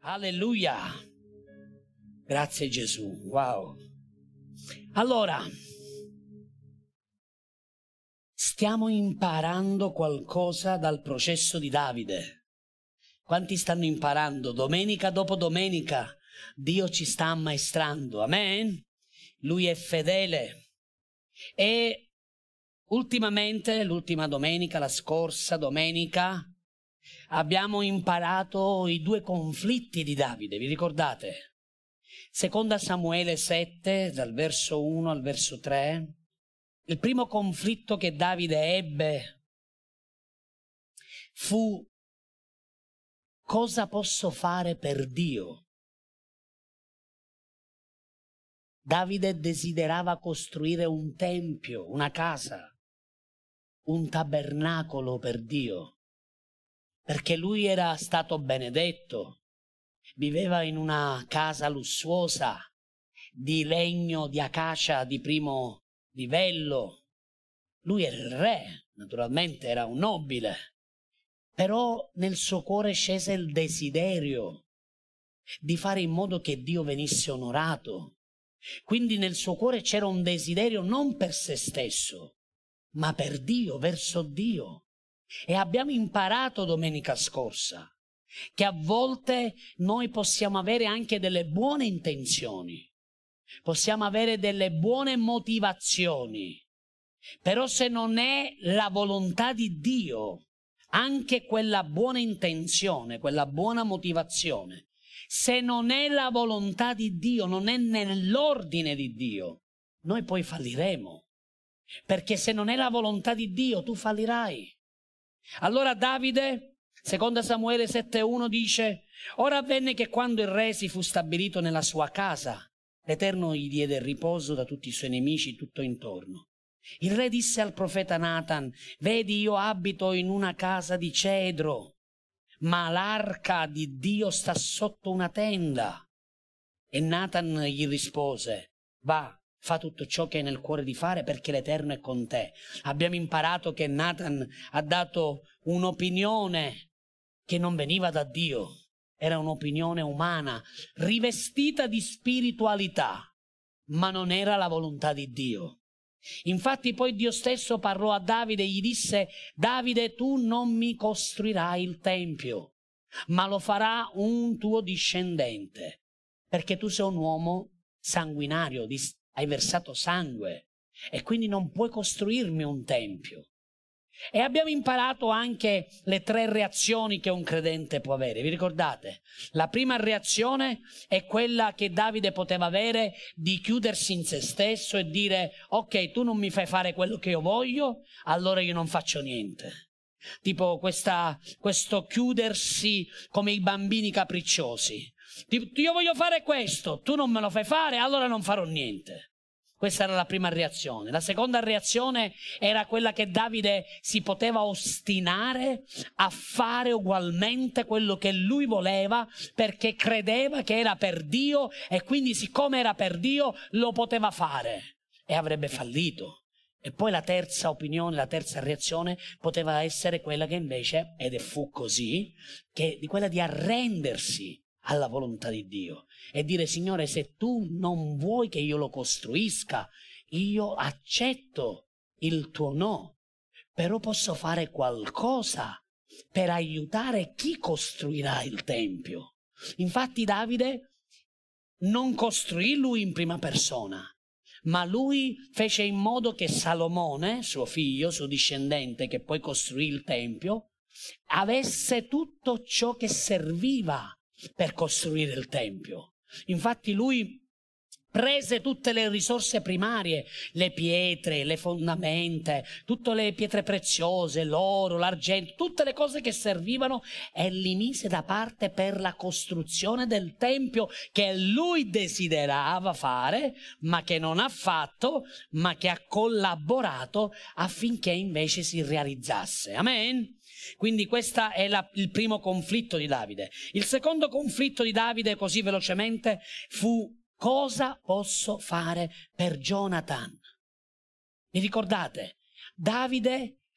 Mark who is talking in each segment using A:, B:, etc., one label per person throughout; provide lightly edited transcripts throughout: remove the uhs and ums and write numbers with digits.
A: Alleluia. Grazie Gesù. Wow. Allora, stiamo imparando qualcosa dal processo di Davide. Quanti stanno imparando? Domenica dopo domenica Dio ci sta ammaestrando. Amen? Lui è fedele. E ultimamente, l'ultima domenica, la scorsa domenica, abbiamo imparato i due conflitti di Davide. Vi ricordate? Seconda Samuele 7, dal verso 1 al verso 3. Il primo conflitto che Davide ebbe fu: cosa posso fare per Dio? Davide desiderava costruire un tempio, una casa, un tabernacolo per Dio, perché lui era stato benedetto, viveva in una casa lussuosa di legno di acacia di primo livello. Lui era il re, naturalmente era un nobile, però nel suo cuore scese il desiderio di fare in modo che Dio venisse onorato. Quindi nel suo cuore c'era un desiderio non per se stesso, ma per Dio, verso Dio. E abbiamo imparato domenica scorsa che a volte noi possiamo avere anche delle buone intenzioni, possiamo avere delle buone motivazioni, però se non è la volontà di Dio, anche quella buona intenzione, quella buona motivazione, se non è la volontà di Dio, non è nell'ordine di Dio, noi poi falliremo. Perché se non è la volontà di Dio, tu fallirai. Allora Davide, seconda Samuele 7,1 dice: ora avvenne che quando il re si fu stabilito nella sua casa, l'Eterno gli diede riposo da tutti i suoi nemici tutto intorno. Il re disse al profeta Natan: vedi, io abito in una casa di cedro, ma l'arca di Dio sta sotto una tenda. E Natan gli rispose: va, fa tutto ciò che hai nel cuore di fare, perché l'Eterno è con te. Abbiamo imparato che Natan ha dato un'opinione che non veniva da Dio, era un'opinione umana, rivestita di spiritualità, ma non era la volontà di Dio. Infatti poi Dio stesso parlò a Davide e gli disse: Davide, tu non mi costruirai il tempio, ma lo farà un tuo discendente, perché tu sei un uomo sanguinario, hai versato sangue e quindi non puoi costruirmi un tempio. E abbiamo imparato anche le 3 reazioni che un credente può avere. Vi ricordate? La prima reazione è quella che Davide poteva avere, di chiudersi in se stesso e dire: ok, tu non mi fai fare quello che io voglio, allora io non faccio niente. Tipo questo chiudersi come i bambini capricciosi. Io voglio fare questo, tu non me lo fai fare, allora non farò niente. Questa era la prima reazione. La seconda reazione era quella che Davide si poteva ostinare a fare ugualmente quello che lui voleva, perché credeva che era per Dio e quindi, siccome era per Dio, lo poteva fare, e avrebbe fallito. E poi la terza opinione, la terza reazione poteva essere quella che invece, ed fu così, di quella di arrendersi alla volontà di Dio e dire: Signore, se tu non vuoi che io lo costruisca, io accetto il tuo no, però posso fare qualcosa per aiutare chi costruirà il tempio. Infatti Davide non costruì lui in prima persona, ma lui fece in modo che Salomone, suo figlio, suo discendente, che poi costruì il tempio, avesse tutto ciò che serviva per costruire il tempio. Infatti lui prese tutte le risorse primarie, le pietre, le fondamenta, tutte le pietre preziose, l'oro, l'argento, tutte le cose che servivano, e li mise da parte per la costruzione del tempio che lui desiderava fare, ma che non ha fatto, ma che ha collaborato affinché invece si realizzasse. Amen? Quindi questo è il primo conflitto di Davide. Il secondo conflitto di Davide, così velocemente, fu: cosa posso fare per Jonathan? Vi ricordate? Davide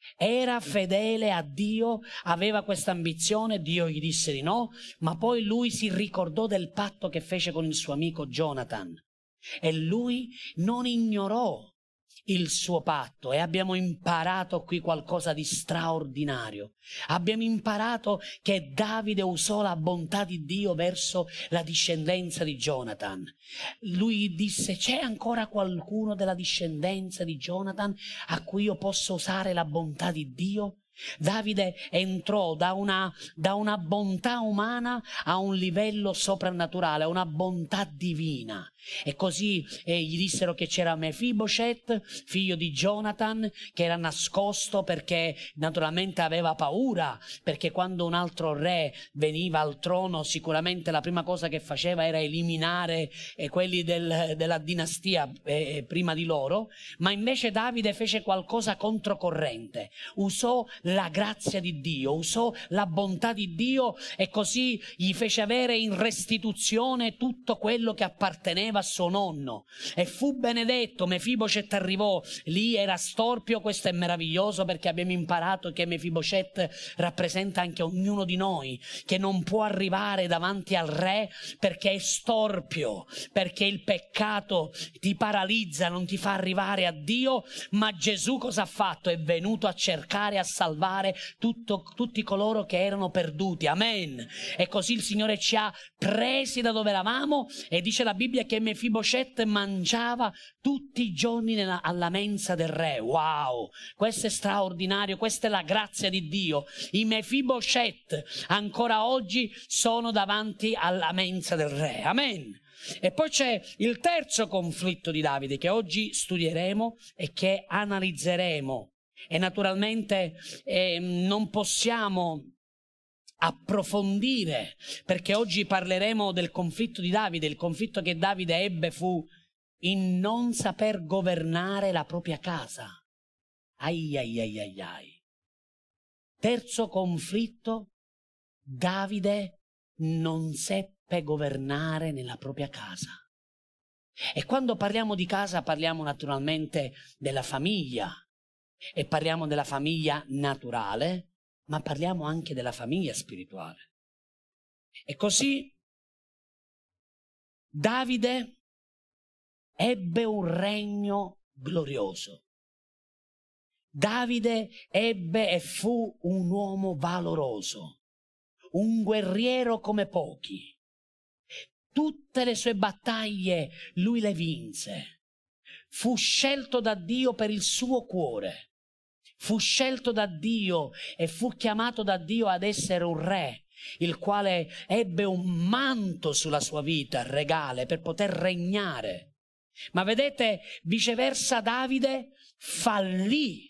A: Era fedele a Dio, aveva questa ambizione, Dio gli disse di no, ma poi lui si ricordò del patto che fece con il suo amico Jonathan e lui non ignorò il suo patto, e abbiamo imparato qui qualcosa di straordinario. Abbiamo imparato che Davide usò la bontà di Dio verso la discendenza di Jonathan. Lui disse: c'è ancora qualcuno della discendenza di Jonathan a cui io posso usare la bontà di Dio? Davide entrò da una bontà umana a un livello soprannaturale, a una bontà divina. E così gli dissero che c'era Mefibosheth, figlio di Jonathan, che era nascosto perché naturalmente aveva paura, perché quando un altro re veniva al trono sicuramente la prima cosa che faceva era eliminare quelli della dinastia prima di loro. Ma invece Davide fece qualcosa controcorrente, usò la grazia di Dio, usò la bontà di Dio, e così gli fece avere in restituzione tutto quello che apparteneva a suo nonno, e fu benedetto. Mefibosheth arrivò, lì era storpio. Questo è meraviglioso, perché abbiamo imparato che Mefibosheth rappresenta anche ognuno di noi, che non può arrivare davanti al re perché è storpio, perché il peccato ti paralizza, non ti fa arrivare a Dio. Ma Gesù cosa ha fatto? È venuto a cercare, a salvare tutti coloro che erano perduti. Amen. E così il Signore ci ha presi da dove eravamo, e dice la Bibbia che Mefibosheth mangiava tutti i giorni alla mensa del re. Wow, questo è straordinario, questa è la grazia di Dio. I Mefibosheth ancora oggi sono davanti alla mensa del re. Amen. E poi c'è il terzo conflitto di Davide che oggi studieremo e che analizzeremo. E naturalmente non possiamo approfondire, perché oggi parleremo del conflitto di Davide. Il conflitto che Davide ebbe fu in non saper governare la propria casa. Ai ai ai ai ai. Terzo conflitto: Davide non seppe governare nella propria casa. E quando parliamo di casa parliamo naturalmente della famiglia, e parliamo della famiglia naturale, ma parliamo anche della famiglia spirituale. E così Davide ebbe un regno glorioso. Davide ebbe e fu un uomo valoroso, un guerriero come pochi. Tutte le sue battaglie lui le vinse. Fu scelto da Dio per il suo cuore. Fu scelto da Dio e fu chiamato da Dio ad essere un re, il quale ebbe un manto sulla sua vita regale per poter regnare. Ma vedete, viceversa Davide fallì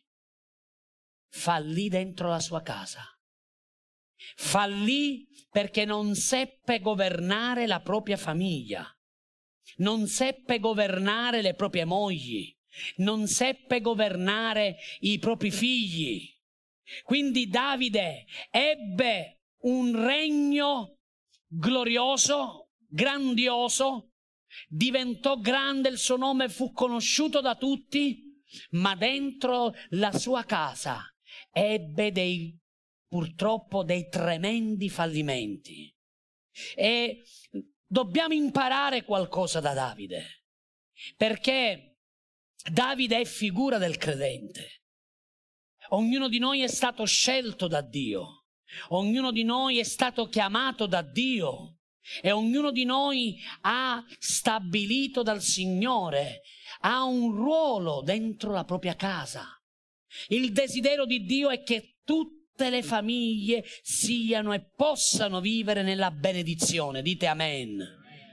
A: dentro la sua casa. Fallì perché non seppe governare la propria famiglia, non seppe governare le proprie mogli, non seppe governare i propri figli. Quindi Davide ebbe un regno glorioso, grandioso, diventò grande, il suo nome fu conosciuto da tutti, ma dentro la sua casa ebbe purtroppo dei tremendi fallimenti. E dobbiamo imparare qualcosa da Davide, perché Davide è figura del credente. Ognuno di noi è stato scelto da Dio, ognuno di noi è stato chiamato da Dio, e ognuno di noi ha stabilito dal Signore, ha un ruolo dentro la propria casa. Il desiderio di Dio è che tutte le famiglie siano e possano vivere nella benedizione. Dite amen.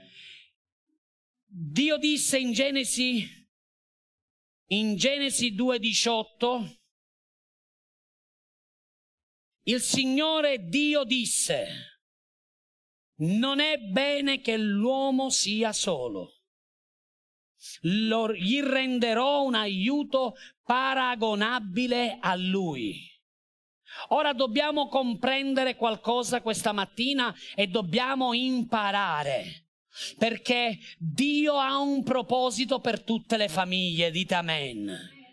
A: Dio disse in Genesi 2:18, il Signore Dio disse: non è bene che l'uomo sia solo, gli renderò un aiuto paragonabile a lui. Ora dobbiamo comprendere qualcosa questa mattina e dobbiamo imparare, perché Dio ha un proposito per tutte le famiglie. Dite amen.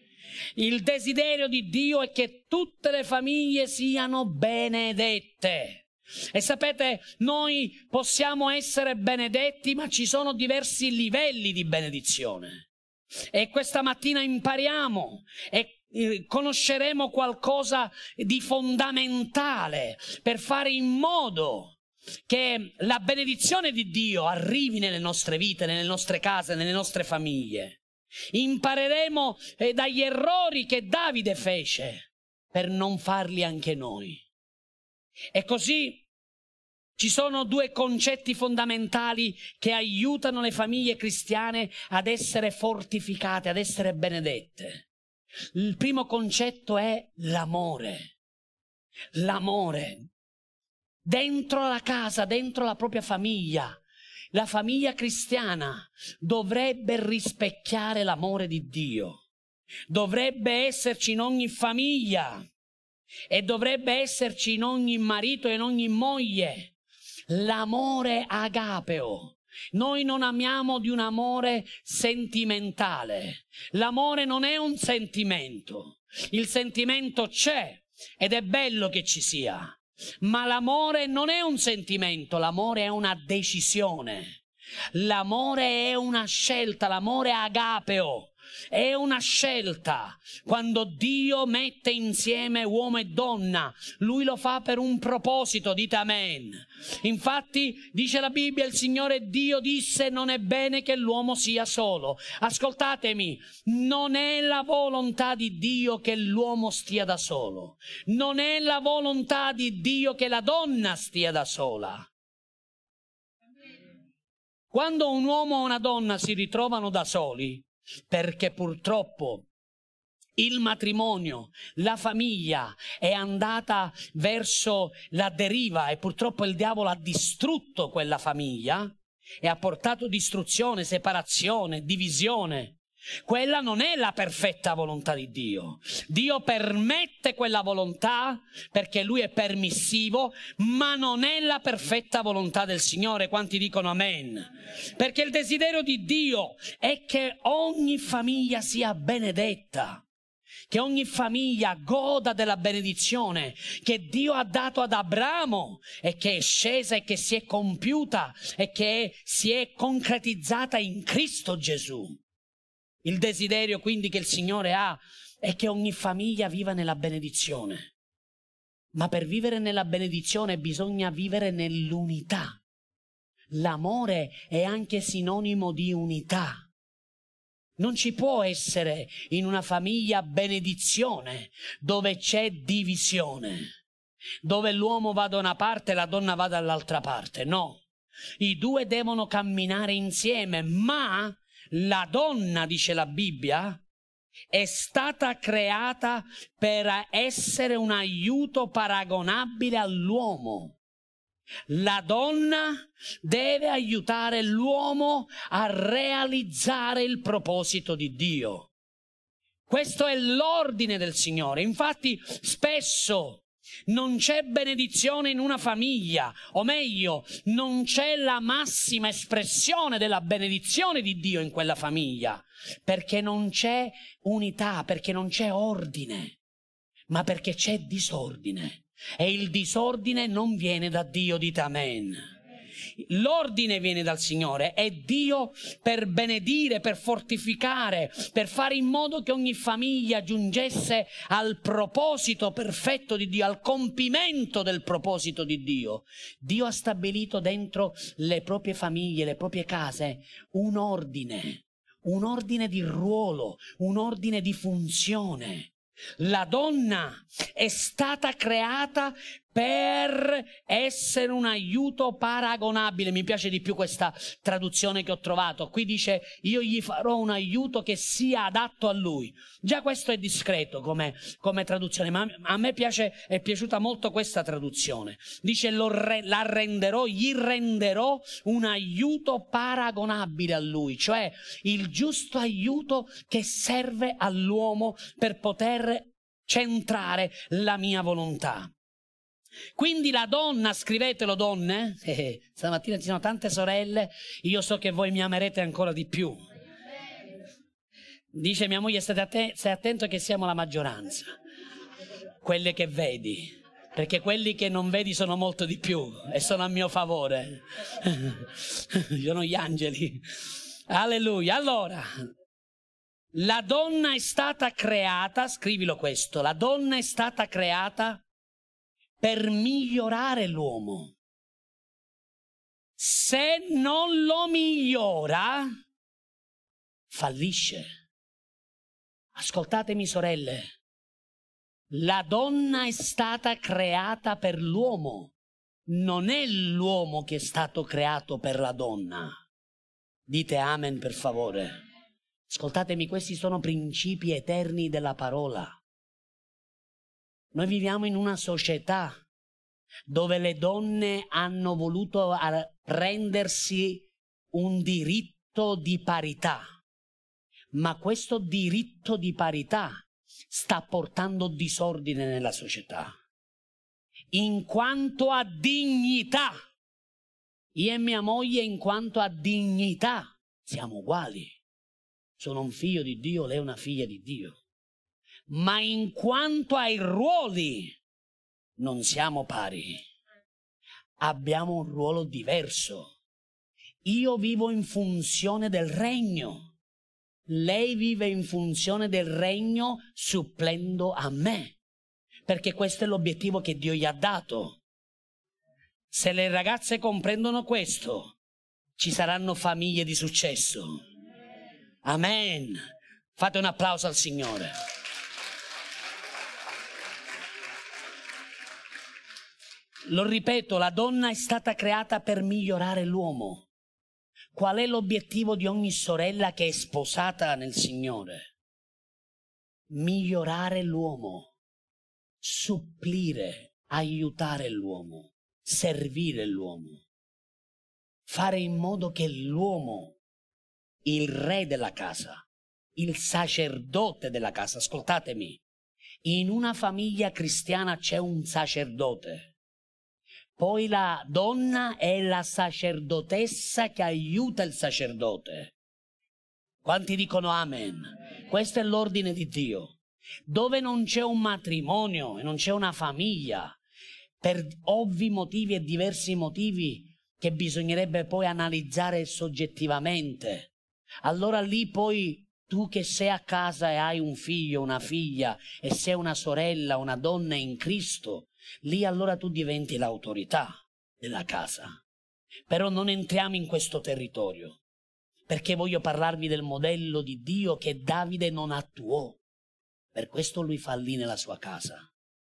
A: Il desiderio di Dio è che tutte le famiglie siano benedette. E sapete, noi possiamo essere benedetti, ma ci sono diversi livelli di benedizione. E questa mattina impariamo e conosceremo qualcosa di fondamentale per fare in modo che la benedizione di Dio arrivi nelle nostre vite, nelle nostre case, nelle nostre famiglie. Impareremo dagli errori che Davide fece per non farli anche noi. E così ci sono due concetti fondamentali che aiutano le famiglie cristiane ad essere fortificate, ad essere benedette. Il primo concetto è l'amore. L'amore. Dentro la casa, dentro la propria famiglia, la famiglia cristiana dovrebbe rispecchiare l'amore di Dio. Dovrebbe esserci in ogni famiglia e dovrebbe esserci in ogni marito e in ogni moglie l'amore agapeo. Noi non amiamo di un amore sentimentale. L'amore non è un sentimento. Il sentimento c'è ed è bello che ci sia. Ma l'amore non è un sentimento, l'amore è una decisione. L'amore è una scelta, l'amore agapeo è una scelta. Quando Dio mette insieme uomo e donna, Lui lo fa per un proposito, dite amen. Infatti dice la Bibbia, il Signore Dio disse: non è bene che l'uomo sia solo. Ascoltatemi, non è la volontà di Dio che l'uomo stia da solo. Non è la volontà di Dio che la donna stia da sola. Quando un uomo e una donna si ritrovano da soli, perché purtroppo il matrimonio, la famiglia è andata verso la deriva e purtroppo il diavolo ha distrutto quella famiglia e ha portato distruzione, separazione, divisione. Quella non è la perfetta volontà di Dio. Dio permette quella volontà perché Lui è permissivo, ma non è la perfetta volontà del Signore. Quanti dicono amen? Perché il desiderio di Dio è che ogni famiglia sia benedetta, che ogni famiglia goda della benedizione che Dio ha dato ad Abramo e che è scesa e che si è compiuta e che si è concretizzata in Cristo Gesù. Il desiderio quindi che il Signore ha è che ogni famiglia viva nella benedizione. Ma per vivere nella benedizione bisogna vivere nell'unità. L'amore è anche sinonimo di unità. Non ci può essere in una famiglia benedizione dove c'è divisione, dove l'uomo va da una parte e la donna va dall'altra parte. No, i due devono camminare insieme, ma la donna, dice la Bibbia, è stata creata per essere un aiuto paragonabile all'uomo. La donna deve aiutare l'uomo a realizzare il proposito di Dio. Questo è l'ordine del Signore. Infatti spesso non c'è benedizione in una famiglia, o meglio, non c'è la massima espressione della benedizione di Dio in quella famiglia, perché non c'è unità, perché non c'è ordine, ma perché c'è disordine. E il disordine non viene da Dio, dite amen. L'ordine viene dal Signore, è Dio per benedire, per fortificare, per fare in modo che ogni famiglia giungesse al proposito perfetto di Dio, al compimento del proposito di Dio. Dio ha stabilito dentro le proprie famiglie, le proprie case, un ordine di ruolo, un ordine di funzione. La donna è stata creata per essere un aiuto paragonabile. Mi piace di più questa traduzione che ho trovato. Qui dice: io gli farò un aiuto che sia adatto a lui. Già questo è discreto come traduzione, ma a me è piaciuta molto questa traduzione. Dice: gli renderò un aiuto paragonabile a lui, cioè il giusto aiuto che serve all'uomo per poter centrare la mia volontà. Quindi la donna, scrivetelo donne, stamattina ci sono tante sorelle, io so che voi mi amerete ancora di più. Dice mia moglie, stai attento che siamo la maggioranza, quelle che vedi, perché quelli che non vedi sono molto di più e sono a mio favore. Sono gli angeli. Alleluia. Allora, la donna è stata creata, scrivilo questo, la donna è stata creata per migliorare l'uomo. Se non lo migliora, fallisce. Ascoltatemi, sorelle, la donna è stata creata per l'uomo, non è l'uomo che è stato creato per la donna. Dite amen, per favore. Ascoltatemi, questi sono principi eterni della parola. Noi viviamo in una società dove le donne hanno voluto prendersi un diritto di parità. Ma questo diritto di parità sta portando disordine nella società. In quanto a dignità, io e mia moglie in quanto a dignità siamo uguali. Sono un figlio di Dio, lei è una figlia di Dio. Ma in quanto ai ruoli non siamo pari. Abbiamo un ruolo diverso. Io vivo in funzione del regno. Lei vive in funzione del regno supplendo a me, perché questo è l'obiettivo che Dio gli ha dato. Se le ragazze comprendono questo, ci saranno famiglie di successo. Amen. Fate un applauso al Signore. Lo ripeto, la donna è stata creata per migliorare l'uomo. Qual è l'obiettivo di ogni sorella che è sposata nel Signore? Migliorare l'uomo, supplire, aiutare l'uomo, servire l'uomo, fare in modo che l'uomo, il re della casa, il sacerdote della casa, ascoltatemi, in una famiglia cristiana c'è un sacerdote. Poi la donna è la sacerdotessa che aiuta il sacerdote. Quanti dicono amen? Questo è l'ordine di Dio. Dove non c'è un matrimonio e non c'è una famiglia, per ovvi motivi e diversi motivi che bisognerebbe poi analizzare soggettivamente, allora lì poi tu che sei a casa e hai un figlio, una figlia, e sei una sorella, una donna in Cristo, lì allora tu diventi l'autorità della casa. Però non entriamo in questo territorio, perché voglio parlarvi del modello di Dio che Davide non attuò. Per questo lui fallì nella sua casa.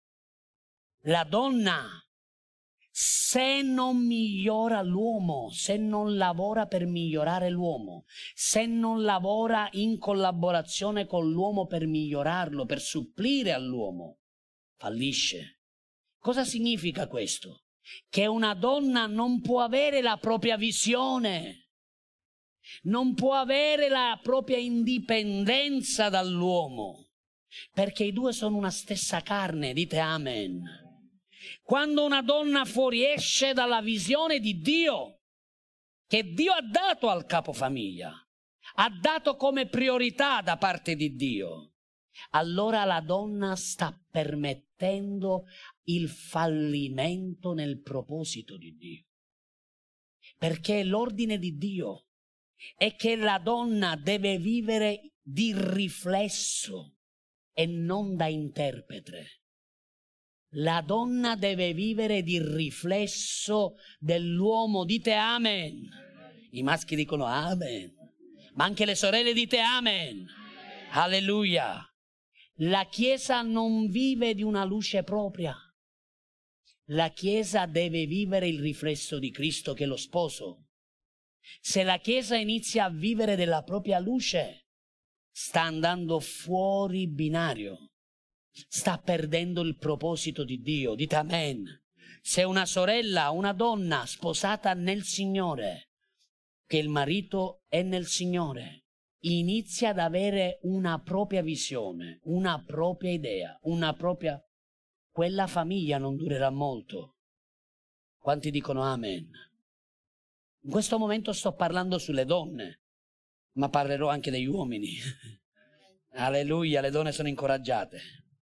A: La donna, se non migliora l'uomo, se non lavora per migliorare l'uomo, se non lavora in collaborazione con l'uomo per migliorarlo, per supplire all'uomo, fallisce. Cosa significa questo? Che una donna non può avere la propria visione, non può avere la propria indipendenza dall'uomo, perché i due sono una stessa carne, dite amen. Quando una donna fuoriesce dalla visione di Dio, che Dio ha dato al capofamiglia, ha dato come priorità da parte di Dio, allora la donna sta permettendo il fallimento nel proposito di Dio. Perché l'ordine di Dio è che la donna deve vivere di riflesso e non da interprete. La donna deve vivere di riflesso dell'uomo, dite amen. I maschi dicono amen, ma anche le sorelle dite amen. Alleluia. La Chiesa non vive di una luce propria. La Chiesa deve vivere il riflesso di Cristo che è lo sposo. Se la Chiesa inizia a vivere della propria luce, sta andando fuori binario, sta perdendo il proposito di Dio. Dite amen. Se una sorella, una donna sposata nel Signore, che il marito è nel Signore, inizia ad avere una propria visione, una propria idea, quella famiglia non durerà molto. Quanti dicono amen? In questo momento sto parlando sulle donne, ma parlerò anche degli uomini. Alleluia, le donne sono incoraggiate.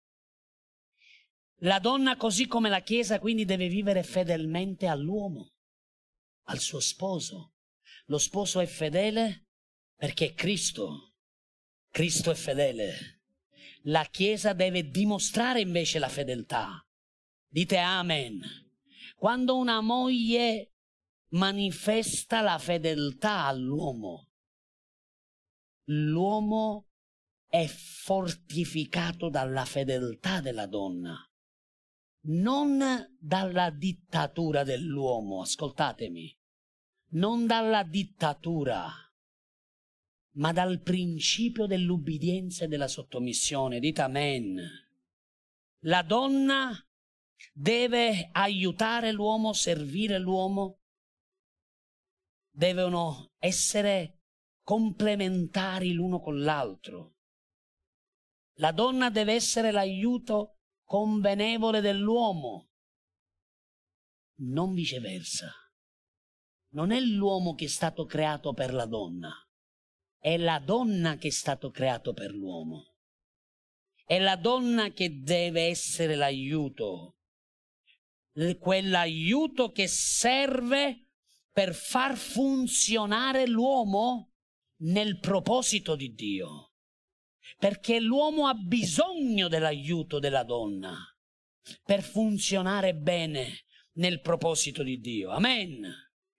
A: La donna, così come la Chiesa, quindi deve vivere fedelmente all'uomo, al suo sposo. Lo sposo è fedele perché è Cristo. Cristo è fedele. La Chiesa deve dimostrare invece la fedeltà. Dite amen. Quando una moglie manifesta la fedeltà all'uomo, l'uomo è fortificato dalla fedeltà della donna, non dalla dittatura dell'uomo, ascoltatemi, non dalla dittatura, ma dal principio dell'ubbidienza e della sottomissione. Dite amen. La donna deve aiutare l'uomo, servire l'uomo, devono essere complementari l'uno con l'altro. La donna deve essere l'aiuto convenevole dell'uomo, non viceversa. Non è l'uomo che è stato creato per la donna, è la donna che è stato creato per l'uomo. È la donna che deve essere l'aiuto, quell'aiuto che serve per far funzionare l'uomo nel proposito di Dio. Perché l'uomo ha bisogno dell'aiuto della donna per funzionare bene nel proposito di Dio. Amen.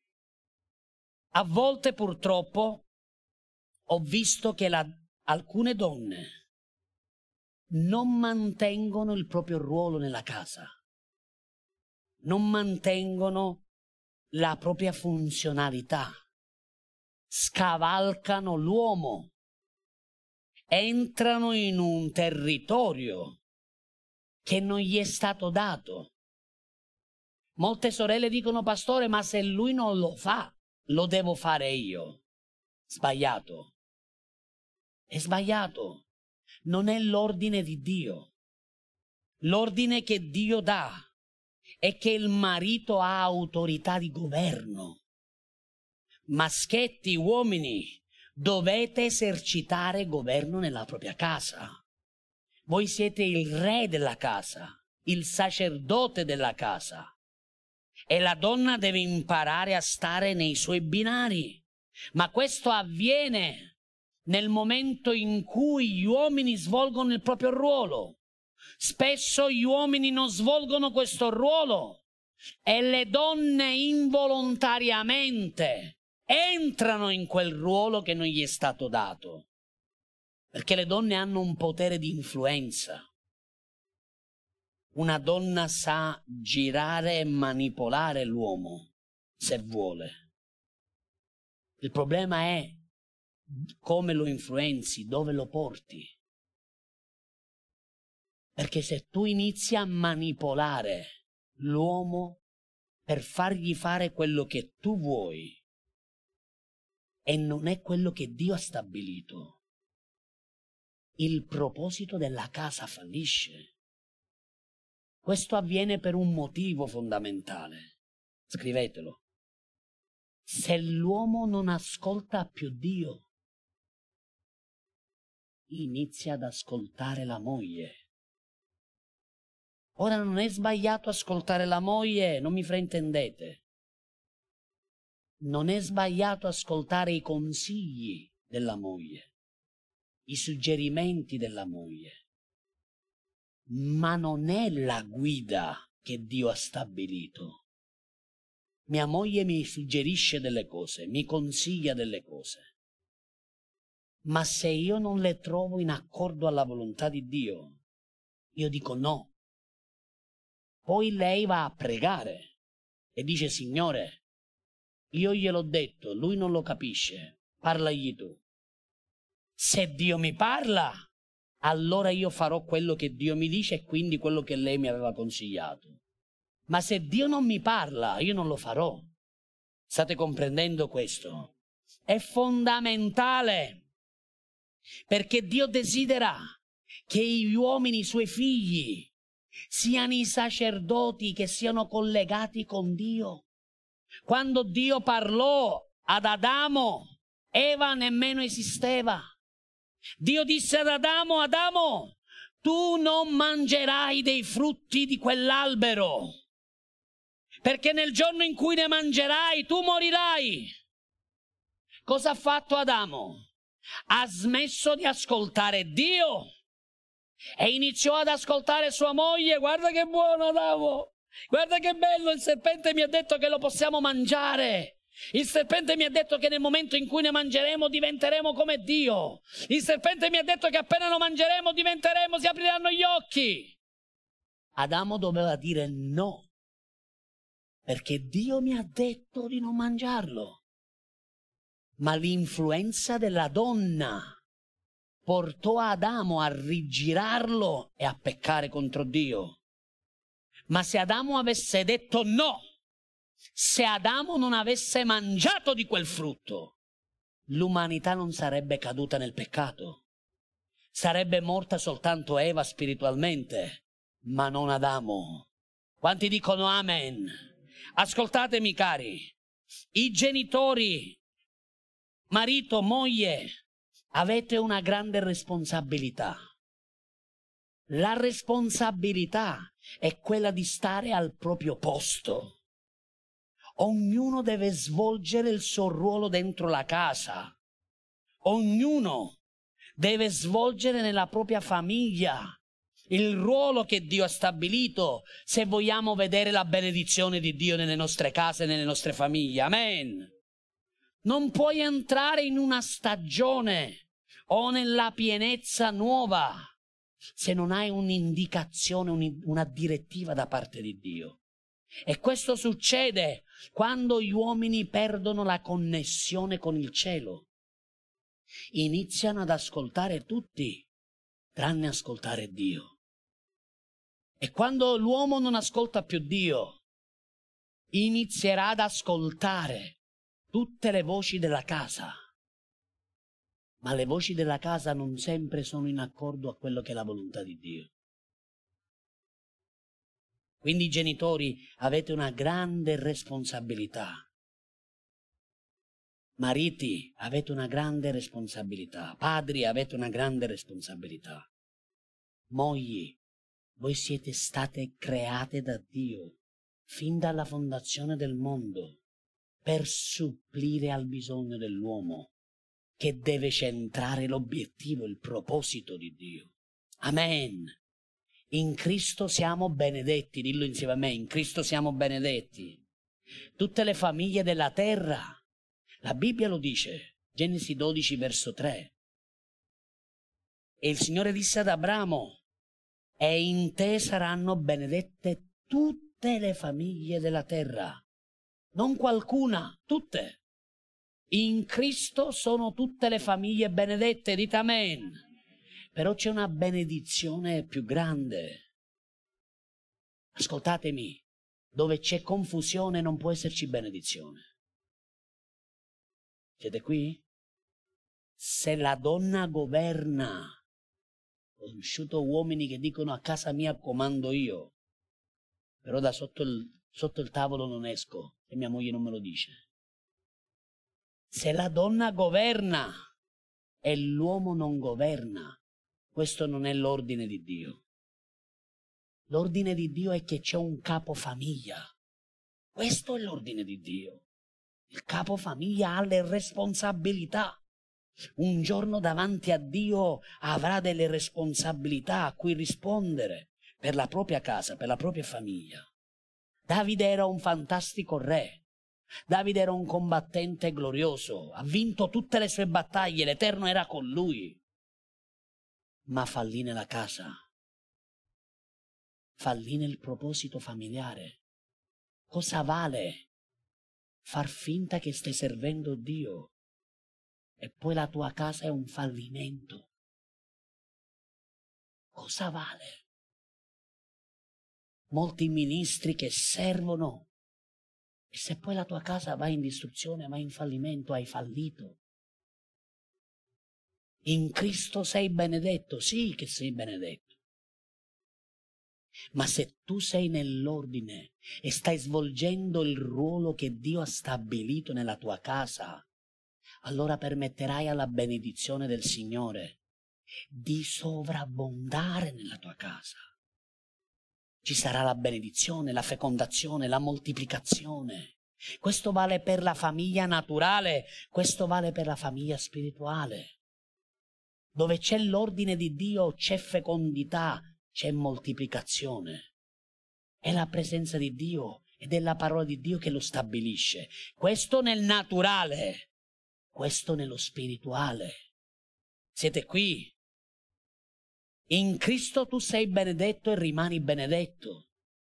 A: A volte purtroppo ho visto che alcune donne non mantengono il proprio ruolo nella casa, non mantengono la propria funzionalità, scavalcano l'uomo, entrano in un territorio che non gli è stato dato. Molte sorelle dicono: pastore, ma se lui non lo fa, lo devo fare io. Sbagliato. È sbagliato. Non è l'ordine di Dio. L'ordine che Dio dà è che il marito ha autorità di governo. Maschietti, uomini, dovete esercitare governo nella propria casa. Voi siete il re della casa, il sacerdote della casa. E la donna deve imparare a stare nei suoi binari. Ma questo avviene nel momento in cui gli uomini svolgono il proprio ruolo. Spesso gli uomini non svolgono questo ruolo e le donne involontariamente entrano in quel ruolo che non gli è stato dato, perché le donne hanno un potere di influenza. Una donna sa girare e manipolare l'uomo se vuole. Il problema è come lo influenzi, dove lo porti. Perché se tu inizi a manipolare l'uomo per fargli fare quello che tu vuoi e non è quello che Dio ha stabilito, il proposito della casa fallisce. Questo avviene per un motivo fondamentale. Scrivetelo. Se l'uomo non ascolta più Dio, inizia ad ascoltare la moglie. Ora non è sbagliato ascoltare la moglie, non mi fraintendete. Non è sbagliato ascoltare i consigli della moglie, i suggerimenti della moglie, ma non è la guida che Dio ha stabilito. Mia moglie mi suggerisce delle cose, mi consiglia delle cose, ma se io non le trovo in accordo alla volontà di Dio, io dico no. Poi lei va a pregare e dice: Signore, io gliel'ho detto, lui non lo capisce, parlagli tu. Se Dio mi parla, allora io farò quello che Dio mi dice e quindi quello che lei mi aveva consigliato. Ma se Dio non mi parla, io non lo farò. State comprendendo questo? È fondamentale, perché Dio desidera che gli uomini, i suoi figli, siano i sacerdoti che siano collegati con Dio. Quando Dio parlò ad Adamo, Eva nemmeno esisteva. Dio disse ad Adamo: Adamo, tu non mangerai dei frutti di quell'albero, perché nel giorno in cui ne mangerai tu morirai. Cosa ha fatto Adamo? Ha smesso di ascoltare Dio e iniziò ad ascoltare sua moglie. Guarda che buono Adamo, guarda che bello, il serpente mi ha detto che lo possiamo mangiare. Il serpente mi ha detto che nel momento in cui ne mangeremo diventeremo come Dio. Il serpente mi ha detto che appena lo mangeremo diventeremo, si apriranno gli occhi. Adamo doveva dire no, perché Dio mi ha detto di non mangiarlo. Ma l'influenza della donna portò Adamo a rigirarlo e a peccare contro Dio. Ma se Adamo avesse detto no, se Adamo non avesse mangiato di quel frutto, l'umanità non sarebbe caduta nel peccato. Sarebbe morta soltanto Eva spiritualmente, ma non Adamo. Quanti dicono amen? Ascoltatemi cari, i genitori, marito, moglie, avete una grande responsabilità. La responsabilità è quella di stare al proprio posto. Ognuno deve svolgere il suo ruolo dentro la casa. Ognuno deve svolgere nella propria famiglia il ruolo che Dio ha stabilito, se vogliamo vedere la benedizione di Dio nelle nostre case e nelle nostre famiglie. Amen. Non puoi entrare in una stagione o nella pienezza nuova se non hai un'indicazione, una direttiva da parte di Dio. E questo succede quando gli uomini perdono la connessione con il cielo. Iniziano ad ascoltare tutti, tranne ascoltare Dio. E quando l'uomo non ascolta più Dio, inizierà ad ascoltare tutte le voci della casa. Ma le voci della casa non sempre sono in accordo a quello che è la volontà di Dio. Quindi genitori, avete una grande responsabilità. Mariti, avete una grande responsabilità. Padri, avete una grande responsabilità. Mogli, voi siete state create da Dio fin dalla fondazione del mondo per supplire al bisogno dell'uomo, che deve centrare l'obiettivo, il proposito di Dio. Amen. In Cristo siamo benedetti, dillo insieme a me, in Cristo siamo benedetti. Tutte le famiglie della terra, la Bibbia lo dice, Genesi 12 verso 3. E il Signore disse ad Abramo: e in te saranno benedette tutte le famiglie della terra. Non qualcuna, tutte. In Cristo sono tutte le famiglie benedette, dite amen. Però c'è una benedizione più grande. Ascoltatemi, dove c'è confusione non può esserci benedizione. Siete qui? Se la donna governa, ho conosciuto uomini che dicono: a casa mia comando io, però da sotto il tavolo non esco e mia moglie non me lo dice. Se la donna governa e l'uomo non governa, questo non è l'ordine di Dio. L'ordine di Dio è che c'è un capofamiglia. Questo è l'ordine di Dio. Il capofamiglia ha le responsabilità. Un giorno davanti a Dio avrà delle responsabilità a cui rispondere per la propria casa, per la propria famiglia. Davide era un fantastico re. Davide era un combattente glorioso. Ha vinto tutte le sue battaglie. L'Eterno era con lui. Ma fallì nella casa. Fallì nel proposito familiare. Cosa vale far finta che stai servendo Dio e poi la tua casa è un fallimento? Cosa vale? Molti ministri che servono e se poi la tua casa va in distruzione, va in fallimento, hai fallito. In Cristo sei benedetto, sì che sei benedetto. Ma se tu sei nell'ordine e stai svolgendo il ruolo che Dio ha stabilito nella tua casa, allora permetterai alla benedizione del Signore di sovrabbondare nella tua casa. Ci sarà la benedizione, la fecondazione, la moltiplicazione. Questo vale per la famiglia naturale, questo vale per la famiglia spirituale. Dove c'è l'ordine di Dio c'è fecondità, c'è moltiplicazione. È la presenza di Dio ed è la parola di Dio che lo stabilisce. Questo nel naturale, questo nello spirituale. Siete qui? In Cristo tu sei benedetto e rimani benedetto.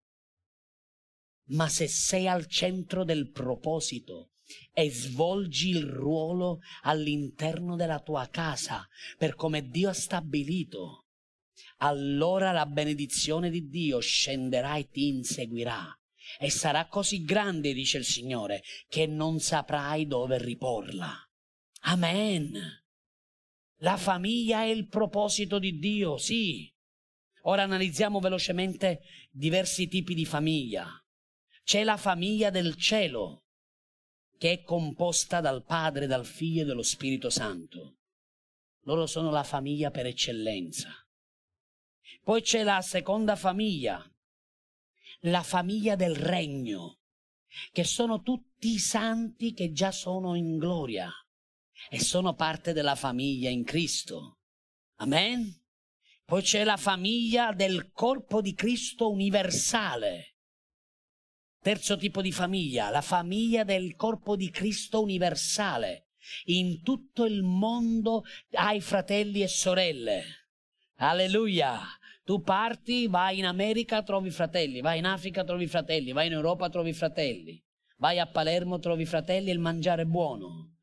A: Ma se sei al centro del proposito e svolgi il ruolo all'interno della tua casa per come Dio ha stabilito, allora la benedizione di Dio scenderà e ti inseguirà e sarà così grande, dice il Signore, che non saprai dove riporla. Amen. La famiglia è il proposito di Dio, sì. Ora analizziamo velocemente diversi tipi di famiglia. C'è la famiglia del cielo, che è composta dal Padre, dal Figlio e dallo Spirito Santo. Loro sono la famiglia per eccellenza. Poi c'è la seconda famiglia, la famiglia del regno, che sono tutti i santi che già sono in gloria e sono parte della famiglia in Cristo. Amen? Poi c'è la famiglia del corpo di Cristo universale. Terzo tipo di famiglia, la famiglia del corpo di Cristo universale. In tutto il mondo hai fratelli e sorelle. Alleluia! Tu parti, vai in America, trovi fratelli, vai in Africa, trovi fratelli, vai in Europa, trovi fratelli, vai a Palermo, trovi fratelli e il mangiare è buono.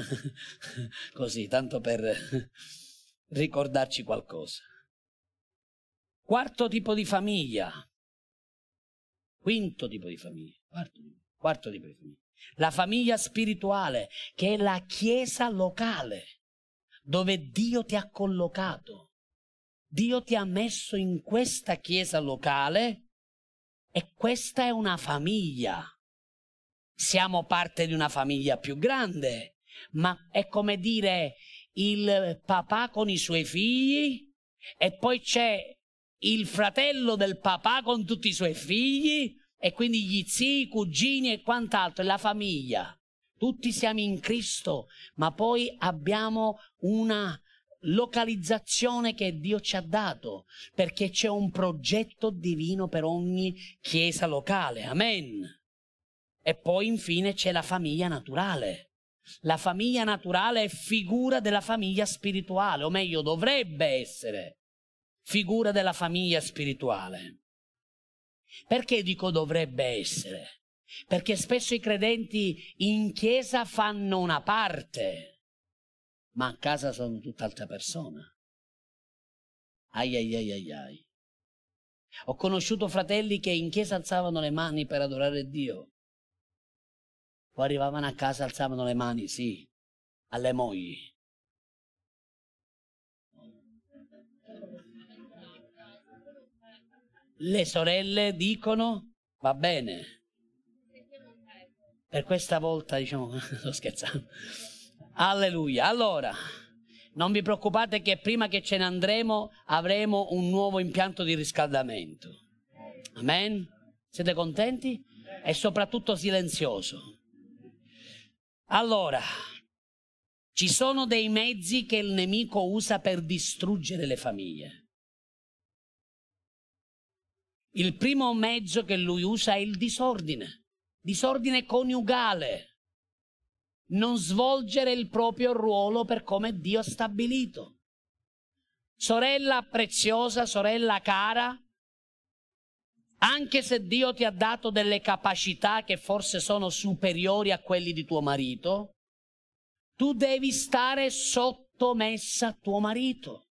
A: Così, tanto per ricordarci qualcosa. Quarto tipo di famiglia. Quinto tipo di famiglia. Quarto tipo di famiglia. La famiglia spirituale, che è la chiesa locale, dove Dio ti ha collocato. Dio ti ha messo in questa chiesa locale e questa è una famiglia. Siamo parte di una famiglia più grande, ma è come dire il papà con i suoi figli e poi c'è il fratello del papà con tutti i suoi figli e quindi gli zii, i cugini e quant'altro, è la famiglia. Tutti siamo in Cristo, ma poi abbiamo una localizzazione che Dio ci ha dato, perché c'è un progetto divino per ogni chiesa locale. Amen. E poi infine c'è la famiglia naturale. La famiglia naturale è figura della famiglia spirituale, o meglio dovrebbe essere figura della famiglia spirituale. Perché dico dovrebbe essere? Perché spesso i credenti in chiesa fanno una parte, ma a casa sono tutt'altra persona. Ai ai ai ai ai. Ho conosciuto fratelli che in chiesa alzavano le mani per adorare Dio. Poi arrivavano a casa, alzavano le mani, sì, alle mogli. Le sorelle dicono, va bene. Per questa volta, diciamo, sto scherzando. Alleluia. Allora, non vi preoccupate che prima che ce ne andremo avremo un nuovo impianto di riscaldamento. Amen? Siete contenti? E soprattutto silenzioso. Allora, ci sono dei mezzi che il nemico usa per distruggere le famiglie. Il primo mezzo che lui usa è il disordine coniugale. Non svolgere il proprio ruolo per come Dio ha stabilito. Sorella preziosa, sorella cara, anche se Dio ti ha dato delle capacità che forse sono superiori a quelli di tuo marito, tu devi stare sottomessa a tuo marito.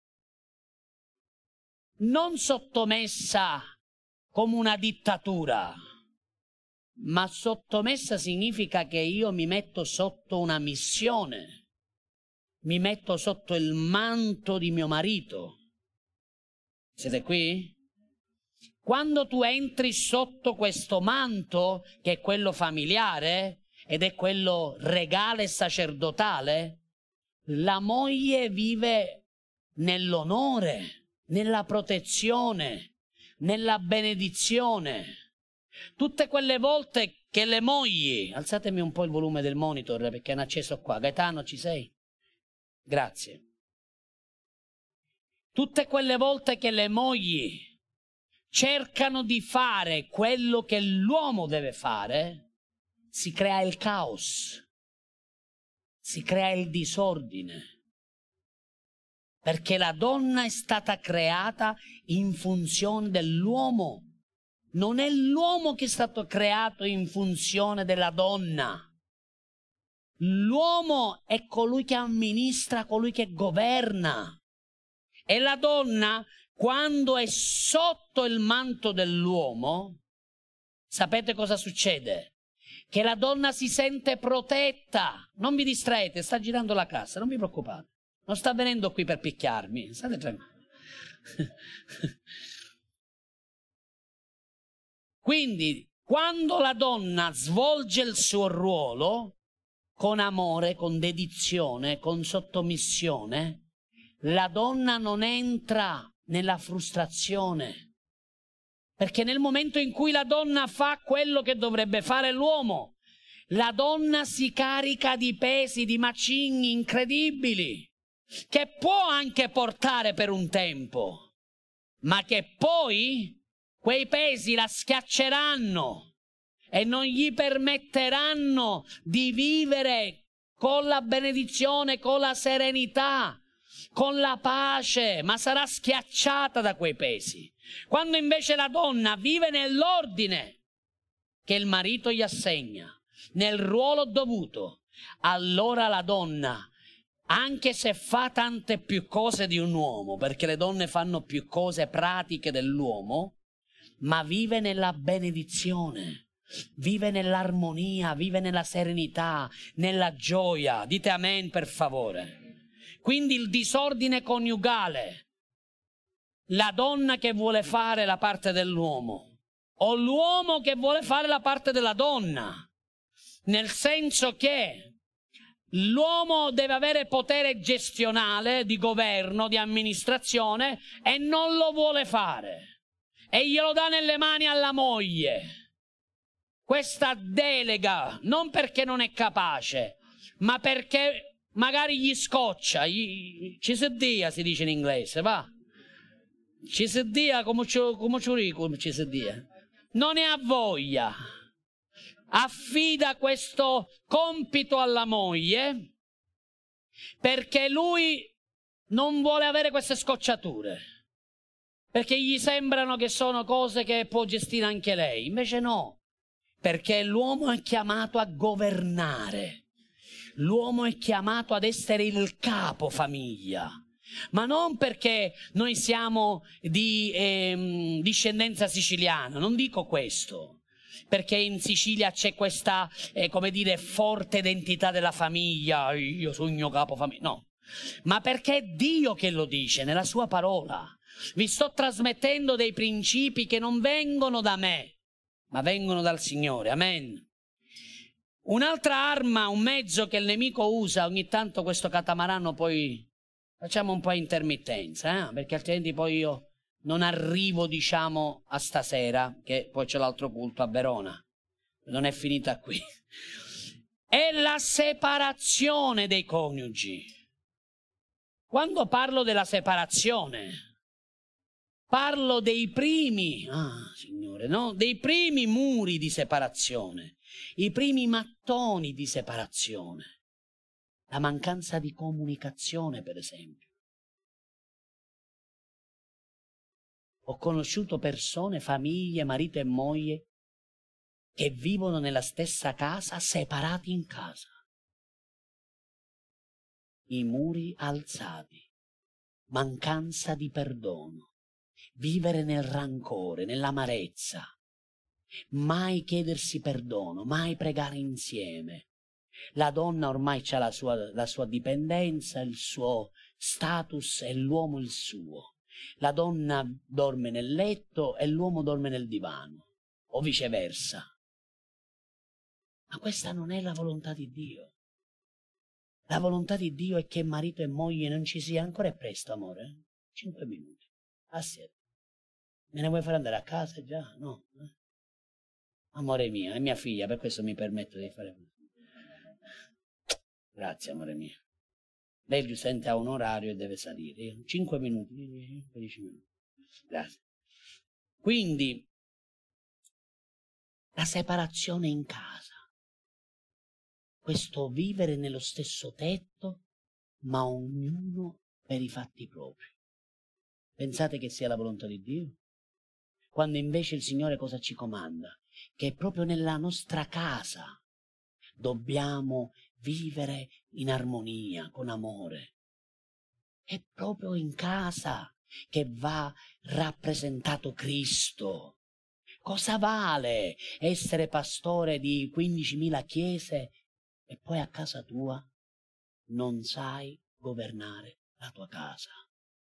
A: Non sottomessa come una dittatura, ma sottomessa significa che io mi metto sotto una missione, mi metto sotto il manto di mio marito. Siete qui? Quando tu entri sotto questo manto, che è quello familiare ed è quello regale e sacerdotale, la moglie vive nell'onore, nella protezione, nella benedizione. Tutte quelle volte che le mogli, alzatemi un po' il volume del monitor perché hanno acceso qua, Gaetano ci sei? Grazie. Tutte quelle volte che le mogli cercano di fare quello che l'uomo deve fare, si crea il caos, si crea il disordine. Perché la donna è stata creata in funzione dell'uomo. Non è l'uomo che è stato creato in funzione della donna. L'uomo è colui che amministra, colui che governa. E la donna, quando è sotto il manto dell'uomo, sapete cosa succede? Che la donna si sente protetta. Non vi distraete, sta girando la cassa, non vi preoccupate. Non sta venendo qui per picchiarmi, state tranquilli. Quindi, quando la donna svolge il suo ruolo, con amore, con dedizione, con sottomissione, la donna non entra nella frustrazione. Perché nel momento in cui la donna fa quello che dovrebbe fare l'uomo, la donna si carica di pesi, di macigni incredibili, che può anche portare per un tempo, ma che poi quei pesi la schiacceranno e non gli permetteranno di vivere con la benedizione, con la serenità, con la pace, ma sarà schiacciata da quei pesi. Quando invece la donna vive nell'ordine che il marito gli assegna, nel ruolo dovuto, allora la donna, anche se fa tante più cose di un uomo, perché le donne fanno più cose pratiche dell'uomo, ma vive nella benedizione, vive nell'armonia, vive nella serenità, nella gioia. Dite amen per favore. Quindi il disordine coniugale, la donna che vuole fare la parte dell'uomo o l'uomo che vuole fare la parte della donna, nel senso che l'uomo deve avere potere gestionale, di governo, di amministrazione e non lo vuole fare e glielo dà nelle mani alla moglie. Questa delega, non perché non è capace, ma perché magari gli scoccia, ci si dia, si dice in inglese, va? Ci si dia come ci si dia. Non ne ha voglia. Affida questo compito alla moglie perché lui non vuole avere queste scocciature, perché gli sembrano che sono cose che può gestire anche lei. Invece no, perché l'uomo è chiamato a governare, l'uomo è chiamato ad essere il capo famiglia, ma non perché noi siamo di discendenza siciliana, non dico questo, perché in Sicilia c'è questa, come dire, forte identità della famiglia, io sono il mio capo famiglia, no, ma perché è Dio che lo dice nella sua parola. Vi sto trasmettendo dei principi che non vengono da me, ma vengono dal Signore, amen. Un'altra arma, un mezzo che il nemico usa, ogni tanto questo catamarano poi facciamo un po' intermittenza, perché altrimenti poi io non arrivo, diciamo, a stasera, che poi c'è l'altro culto a Verona. Non è finita qui. È la separazione dei coniugi. Quando parlo della separazione, parlo dei primi, Signore, no? Dei primi muri di separazione, i primi mattoni di separazione. La mancanza di comunicazione, per esempio. Ho conosciuto persone, famiglie, marito e moglie, che vivono nella stessa casa, separati in casa. I muri alzati, mancanza di perdono, vivere nel rancore, nell'amarezza, mai chiedersi perdono, mai pregare insieme. La donna ormai ha la sua dipendenza, il suo status e l'uomo il suo. La donna dorme nel letto e l'uomo dorme nel divano, o viceversa. Ma questa non è la volontà di Dio. La volontà di Dio è che marito e moglie non ci sia ancora, è presto, amore. 5 minuti. Assieme. Me ne vuoi far andare a casa già? No. Amore mio, è mia figlia, per questo mi permetto di fare così. Grazie, amore mio. Lei giustamente ha un orario e deve salire. 5 minuti, 15 minuti. Grazie. Quindi, la separazione in casa. Questo vivere nello stesso tetto, ma ognuno per i fatti propri. Pensate che sia la volontà di Dio? Quando invece il Signore cosa ci comanda? Che proprio nella nostra casa dobbiamo vivere in armonia, con amore. È proprio in casa che va rappresentato Cristo. Cosa vale essere pastore di 15.000 chiese e poi a casa tua non sai governare la tua casa?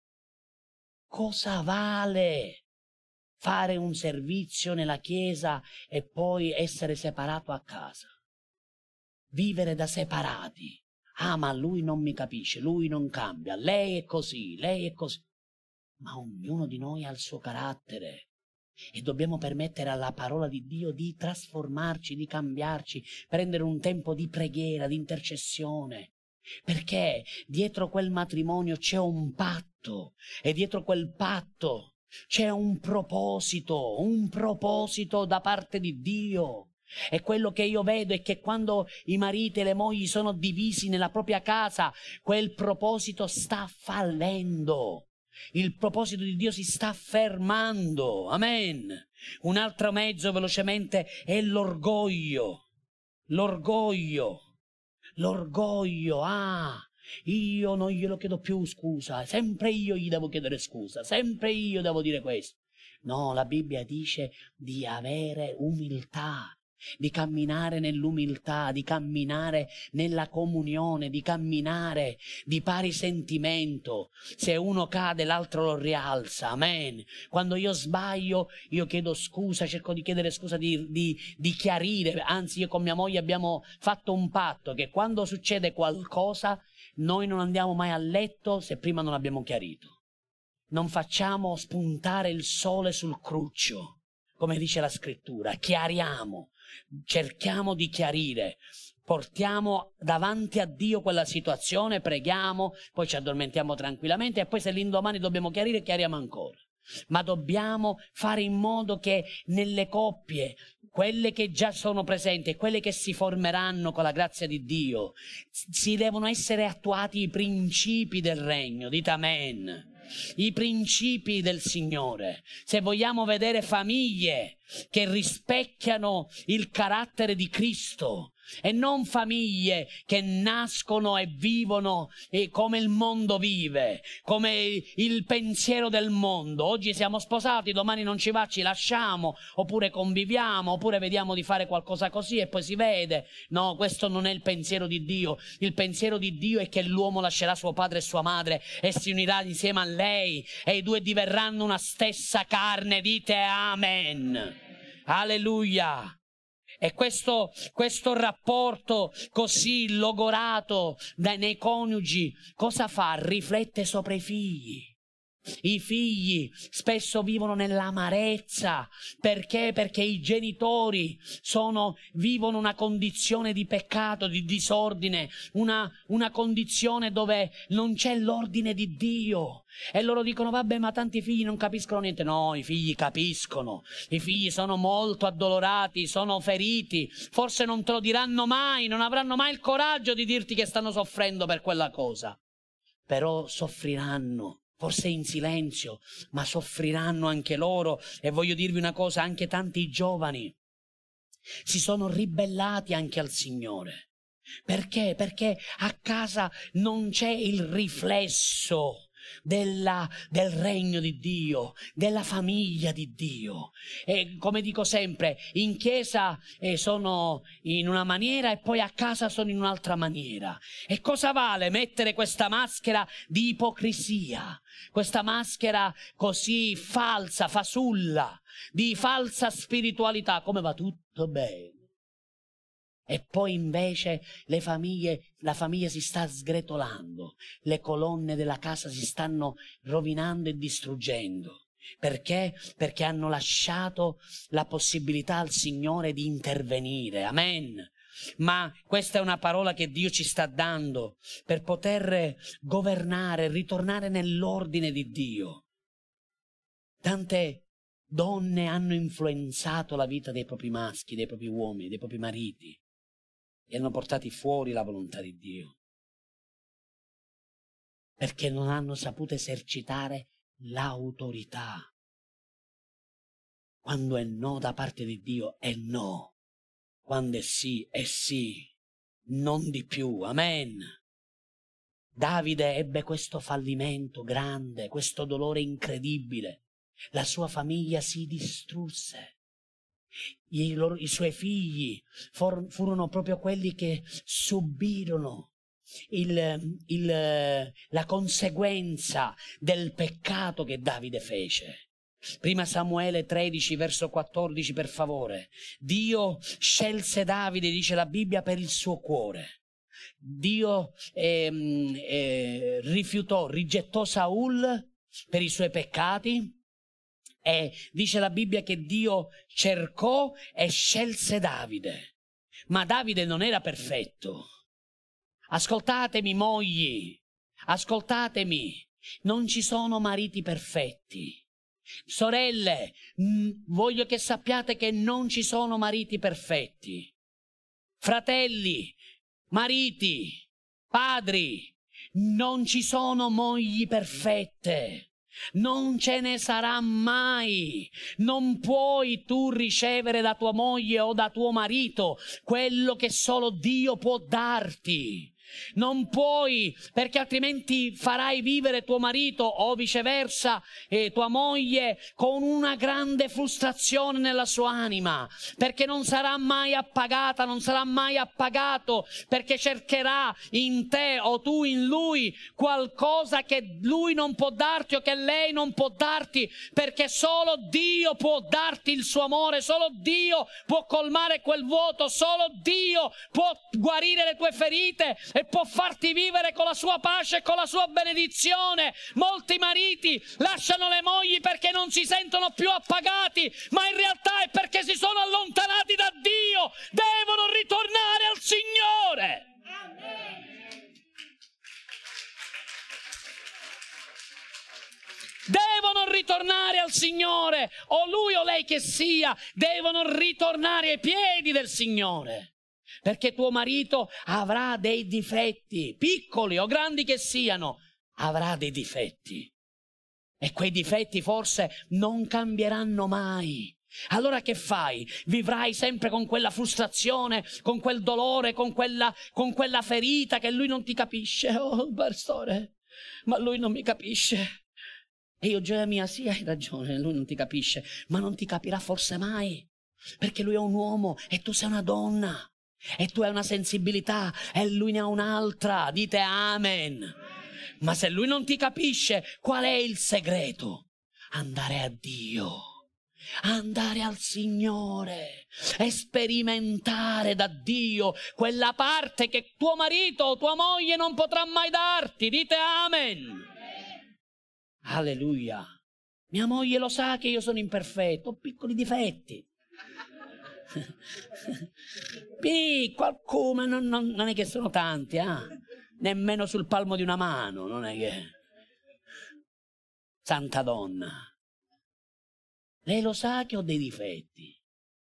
A: Cosa vale fare un servizio nella chiesa e poi essere separato a casa? Vivere da separati. Ah, ma lui non mi capisce, lui non cambia, lei è così, lei è così. Ma ognuno di noi ha il suo carattere e dobbiamo permettere alla parola di Dio di trasformarci, di cambiarci, prendere un tempo di preghiera, di intercessione. Perché dietro quel matrimonio c'è un patto e dietro quel patto c'è un proposito da parte di Dio. E quello che io vedo è che quando i mariti e le mogli sono divisi nella propria casa, quel proposito sta fallendo. Il proposito di Dio si sta fermando. Amen. Un altro mezzo velocemente è l'orgoglio. L'orgoglio. Ah, io non glielo chiedo più scusa, sempre io gli devo chiedere scusa, sempre io devo dire questo. No, la Bibbia dice di avere umiltà, di camminare nell'umiltà, di camminare nella comunione, di camminare di pari sentimento. Se uno cade l'altro lo rialza, amen. Quando io sbaglio io chiedo scusa, cerco di chiedere scusa, di chiarire. Anzi, io con mia moglie abbiamo fatto un patto che quando succede qualcosa noi non andiamo mai a letto se prima non abbiamo chiarito. Non facciamo spuntare il sole sul cruccio, come dice la scrittura. Chiariamo, cerchiamo di chiarire, portiamo davanti a Dio quella situazione, preghiamo, poi ci addormentiamo tranquillamente e poi se l'indomani dobbiamo chiarire, chiariamo ancora. Ma dobbiamo fare in modo che nelle coppie, quelle che già sono presenti e quelle che si formeranno con la grazia di Dio, si devono essere attuati i principi del regno, dite amen. I principi del Signore. Se vogliamo vedere famiglie che rispecchiano il carattere di Cristo e non famiglie che nascono e vivono come il mondo vive, come il pensiero del mondo. Oggi siamo sposati, domani non ci va, ci lasciamo, oppure conviviamo, oppure vediamo di fare qualcosa così e poi si vede. No, questo non è il pensiero di Dio. Il pensiero di Dio è che l'uomo lascerà suo padre e sua madre e si unirà insieme a lei e i due diverranno una stessa carne. Dite amen. Alleluia. E questo rapporto così logorato nei coniugi cosa fa? Riflette sopra i figli. I figli spesso vivono nell'amarezza. Perché? Perché i genitori vivono una condizione di peccato, di disordine, una condizione dove non c'è l'ordine di Dio. E loro dicono, vabbè, ma tanti figli non capiscono niente. No, i figli capiscono. I figli sono molto addolorati, sono feriti. Forse non te lo diranno mai, non avranno mai il coraggio di dirti che stanno soffrendo per quella cosa. Però soffriranno. Forse in silenzio, ma soffriranno anche loro. E voglio dirvi una cosa, anche tanti giovani si sono ribellati anche al Signore. Perché? Perché a casa non c'è il riflesso del regno di Dio, della famiglia di Dio. E come dico sempre, in chiesa sono in una maniera e poi a casa sono in un'altra maniera. E cosa vale mettere questa maschera di ipocrisia, questa maschera così falsa, fasulla, di falsa spiritualità? Come va tutto bene? E poi invece la famiglia si sta sgretolando, le colonne della casa si stanno rovinando e distruggendo. Perché? Perché hanno lasciato la possibilità al Signore di intervenire. Amen. Ma questa è una parola che Dio ci sta dando per poter governare, ritornare nell'ordine di Dio. Tante donne hanno influenzato la vita dei propri maschi, dei propri uomini, dei propri mariti e hanno portati fuori la volontà di Dio perché non hanno saputo esercitare l'autorità. Quando è no da parte di Dio è no, quando è sì, non di più. Amen. Davide ebbe questo fallimento grande, questo dolore incredibile. La sua famiglia si distrusse. I suoi figli furono proprio quelli che subirono la conseguenza del peccato che Davide fece. Prima Samuele 13 verso 14, per favore. Dio scelse Davide, dice la Bibbia, per il suo cuore. Dio rigettò Saul per i suoi peccati. E dice la Bibbia che Dio cercò e scelse Davide. Ma Davide non era perfetto. Ascoltatemi, mogli, ascoltatemi, non ci sono mariti perfetti. Sorelle, voglio che sappiate che non ci sono mariti perfetti. Fratelli, mariti, padri, non ci sono mogli perfette. Non ce ne sarà mai. Non puoi tu ricevere da tua moglie o da tuo marito quello che solo Dio può darti. Non puoi, perché altrimenti farai vivere tuo marito o viceversa tua moglie con una grande frustrazione nella sua anima, perché non sarà mai appagata, non sarà mai appagato, perché cercherà in te o tu in lui qualcosa che lui non può darti o che lei non può darti, perché solo Dio può darti il suo amore, solo Dio può colmare quel vuoto, solo Dio può guarire le tue ferite e può farti vivere con la sua pace e con la sua benedizione. Molti mariti lasciano le mogli perché non si sentono più appagati, ma in realtà è perché si sono allontanati da Dio. Devono ritornare al Signore. Devono ritornare al Signore, o lui o lei che sia, devono ritornare ai piedi del Signore. Perché tuo marito avrà dei difetti, piccoli o grandi che siano, avrà dei difetti. E quei difetti forse non cambieranno mai. Allora che fai? Vivrai sempre con quella frustrazione, con quel dolore, con quella ferita che lui non ti capisce. Oh, pastore, ma lui non mi capisce. E io, gioia mia, sì, hai ragione, lui non ti capisce, ma non ti capirà forse mai. Perché lui è un uomo e tu sei una donna. E tu hai una sensibilità e lui ne ha un'altra. Dite amen. Ma se lui non ti capisce, qual è il segreto? Andare a Dio, andare al Signore e sperimentare da Dio quella parte che tuo marito o tua moglie non potrà mai darti. Dite amen. Alleluia. Mia moglie lo sa che io sono imperfetto, ho piccoli difetti. Qualcuno, non è che sono tanti, nemmeno sul palmo di una mano, non è che... Santa donna, lei lo sa che ho dei difetti,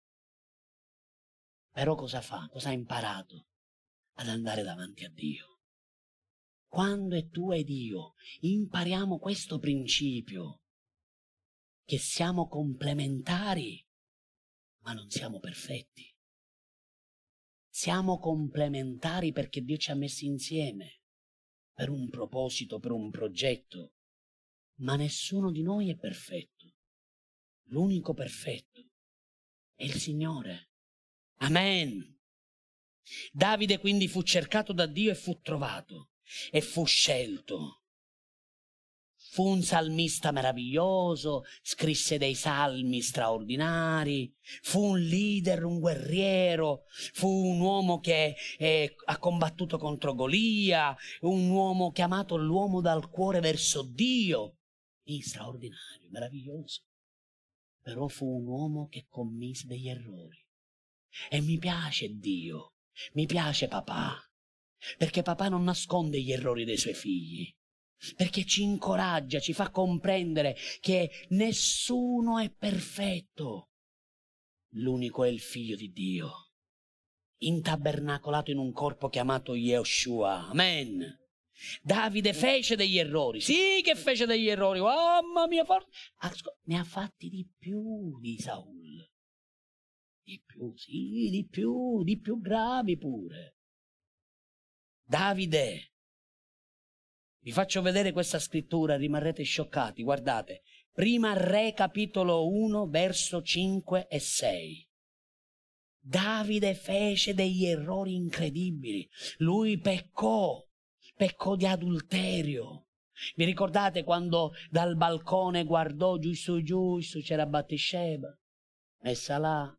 A: però cosa fa? Cosa ha imparato? Ad andare davanti a Dio. Quando tu ed io impariamo questo principio, che siamo complementari, ma non siamo perfetti. Siamo complementari perché Dio ci ha messi insieme per un proposito, per un progetto, ma nessuno di noi è perfetto. L'unico perfetto è il Signore. Amen. Davide quindi fu cercato da Dio e fu trovato e fu scelto. fu un salmista meraviglioso, scrisse dei salmi straordinari, fu un leader, un guerriero, fu un uomo che ha combattuto contro Golia, un uomo chiamato l'uomo dal cuore verso Dio. Straordinario, meraviglioso. Però fu un uomo che commise degli errori. E mi piace Dio, mi piace papà, perché papà non nasconde gli errori dei suoi figli, perché ci incoraggia, ci fa comprendere che nessuno è perfetto. L'unico è il figlio di Dio, intabernacolato in un corpo chiamato Yeshua. Amen. Davide fece degli errori, sì che fece degli errori, oh, mamma mia, ne ha fatti di più di Saul, di più, sì, di più gravi pure. Davide, vi faccio vedere questa scrittura, rimarrete scioccati, guardate, prima Re capitolo 1 verso 5 e 6. Davide fece degli errori incredibili, lui peccò di adulterio. Vi ricordate quando dal balcone guardò giù su c'era Bathsheba, messa là,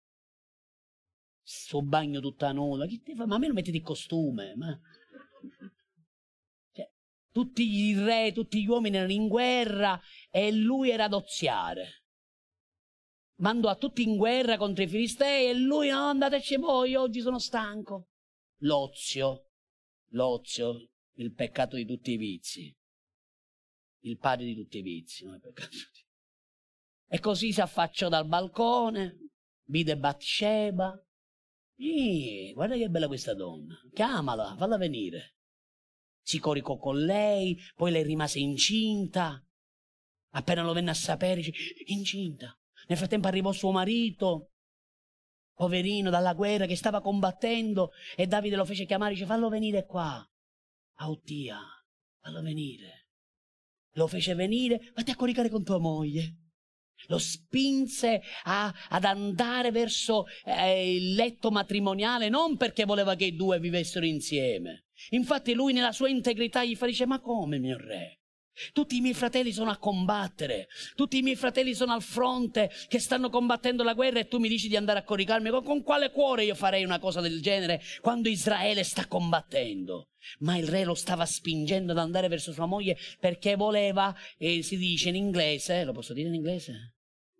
A: suo bagno tutta nuda, che ti fa? Ma a me non mettiti il costume, ma... Cioè, tutti i re, tutti gli uomini erano in guerra e lui era ad oziare. Mandò a tutti in guerra contro i filistei e lui, no, andateci voi, oggi sono stanco. L'ozio, il peccato di tutti i vizi, il padre di tutti i vizi, no? Il peccato di... E così si affacciò dal balcone, vide Bathsheba, guarda che bella questa donna, chiamala, falla venire. Si coricò con lei, poi lei rimase incinta, appena lo venne a sapere, dice, incinta. Nel frattempo arrivò suo marito, poverino, dalla guerra, che stava combattendo, e Davide lo fece chiamare, dice, fallo venire qua. Autia, fallo venire. Lo fece venire, vatti a coricare con tua moglie. Lo spinse ad andare verso il letto matrimoniale, non perché voleva che i due vivessero insieme. Infatti lui nella sua integrità gli fa, dice, ma come, mio re? Tutti i miei fratelli sono a combattere, tutti i miei fratelli sono al fronte che stanno combattendo la guerra e tu mi dici di andare a coricarmi. Con quale cuore io farei una cosa del genere quando Israele sta combattendo? Ma il re lo stava spingendo ad andare verso sua moglie perché voleva, si dice in inglese, lo posso dire in inglese?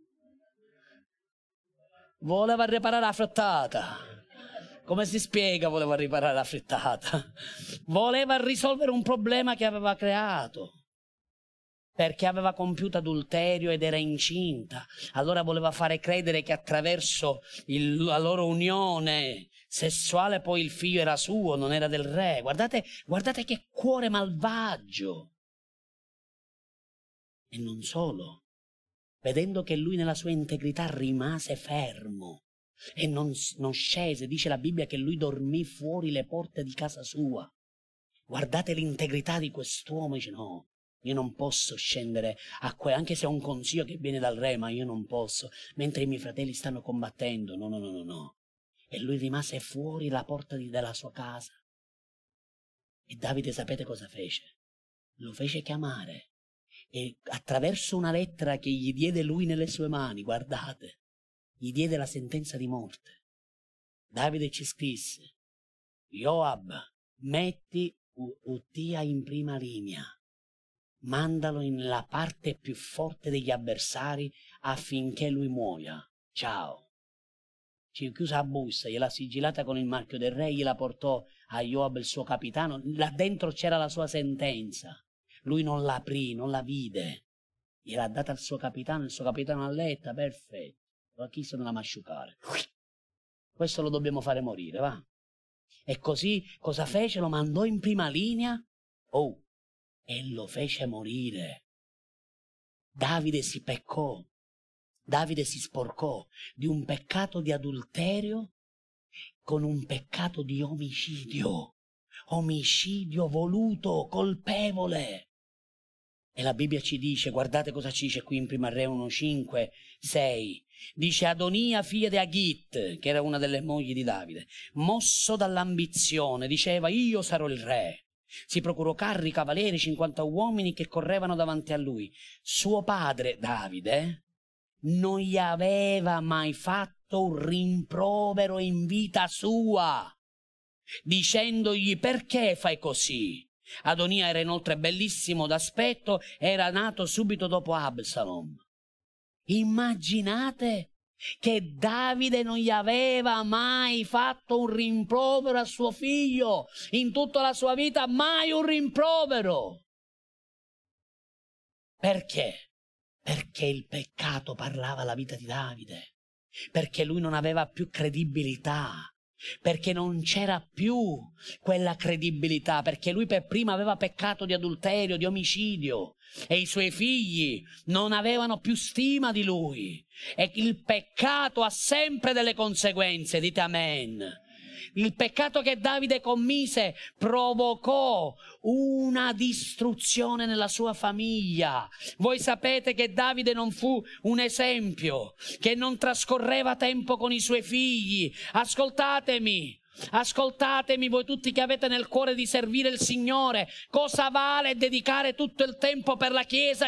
A: Voleva riparare la frittata. Come si spiega voleva riparare la frittata? Voleva risolvere un problema che aveva creato, perché aveva compiuto adulterio ed era incinta. Allora voleva fare credere che attraverso la loro unione sessuale poi il figlio era suo, non era del re. Guardate che cuore malvagio. E non solo, vedendo che lui nella sua integrità rimase fermo e non scese, dice la Bibbia che lui dormì fuori le porte di casa sua. Guardate l'integrità di quest'uomo, dice no, io non posso scendere anche se ho un consiglio che viene dal re, ma io non posso, mentre i miei fratelli stanno combattendo, no. E lui rimase fuori la porta della sua casa. E Davide sapete cosa fece? Lo fece chiamare e attraverso una lettera che gli diede lui nelle sue mani, guardate, gli diede la sentenza di morte. Davide ci scrisse, Joab, metti Uttia in prima linea, mandalo nella parte più forte degli avversari affinché lui muoia. Ciao. Ci chiuse la busta, gliela sigillata con il marchio del re, gliela portò a Joab il suo capitano, là dentro c'era la sua sentenza. Lui non la aprì, non la vide, gliel'ha data al suo capitano, il suo capitano ha letta, perfetto, ma chi se non la masciucare? Questo lo dobbiamo fare morire, va? E così cosa fece? Lo mandò in prima linea, e lo fece morire. Davide si peccò, Davide si sporcò di un peccato di adulterio con un peccato di omicidio voluto, colpevole. E la Bibbia ci dice, guardate cosa ci dice qui in Prima Re 1, 5, 6, dice Adonia figlia di Agit, che era una delle mogli di Davide, mosso dall'ambizione, diceva io sarò il re, Si procurò carri, cavalieri, 50 uomini che correvano davanti a lui. Suo padre, Davide, non gli aveva mai fatto un rimprovero in vita sua, dicendogli: perché fai così? Adonia era inoltre bellissimo d'aspetto, era nato subito dopo Absalom. Immaginate che Davide non gli aveva mai fatto un rimprovero a suo figlio, in tutta la sua vita mai un rimprovero. Perché? Perché il peccato parlava la vita di Davide, perché lui non aveva più credibilità, perché non c'era più quella credibilità, perché lui per prima aveva peccato di adulterio, di omicidio, e i suoi figli non avevano più stima di lui. E il peccato ha sempre delle conseguenze, dite amen. Il peccato che Davide commise provocò una distruzione nella sua famiglia. Voi sapete che Davide non fu un esempio, che non trascorreva tempo con i suoi figli. Ascoltatemi voi tutti che avete nel cuore di servire il Signore. Cosa vale dedicare tutto il tempo per la Chiesa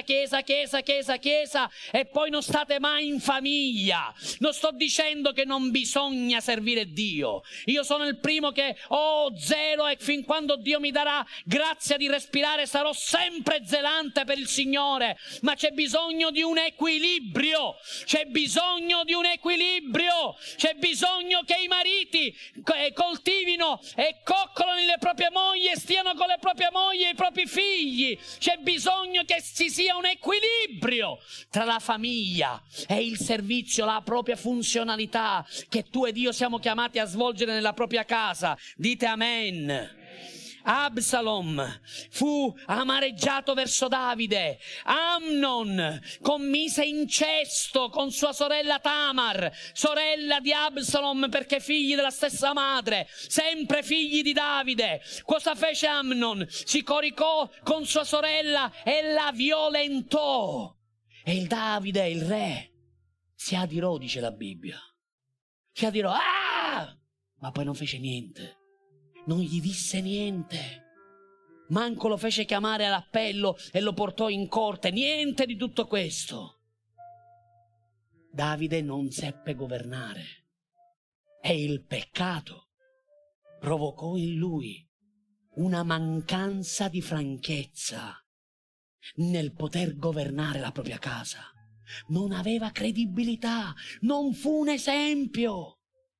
A: e poi non state mai in famiglia? Non sto dicendo che non bisogna servire Dio. Io sono il primo che ho zelo, e fin quando Dio mi darà grazia di respirare sarò sempre zelante per il Signore. Ma c'è bisogno di un equilibrio, c'è bisogno c'è bisogno che i mariti coltivino e coccolano le proprie mogli e stiano con le proprie mogli e i propri figli. C'è bisogno che ci sia un equilibrio tra la famiglia e il servizio, la propria funzionalità che tu ed io siamo chiamati a svolgere nella propria casa. Dite amen. Absalom fu amareggiato verso Davide. Amnon commise incesto con sua sorella Tamar, sorella di Absalom, perché figli della stessa madre, sempre figli di Davide. Cosa fece Amnon? Si coricò con sua sorella e la violentò. E il Davide, il re, si adirò, dice la Bibbia. Si adirò, ma poi non fece niente. Non gli disse niente, manco lo fece chiamare all'appello e lo portò in corte, niente di tutto questo. Davide non seppe governare e il peccato provocò in lui una mancanza di franchezza nel poter governare la propria casa. Non aveva credibilità, non fu un esempio.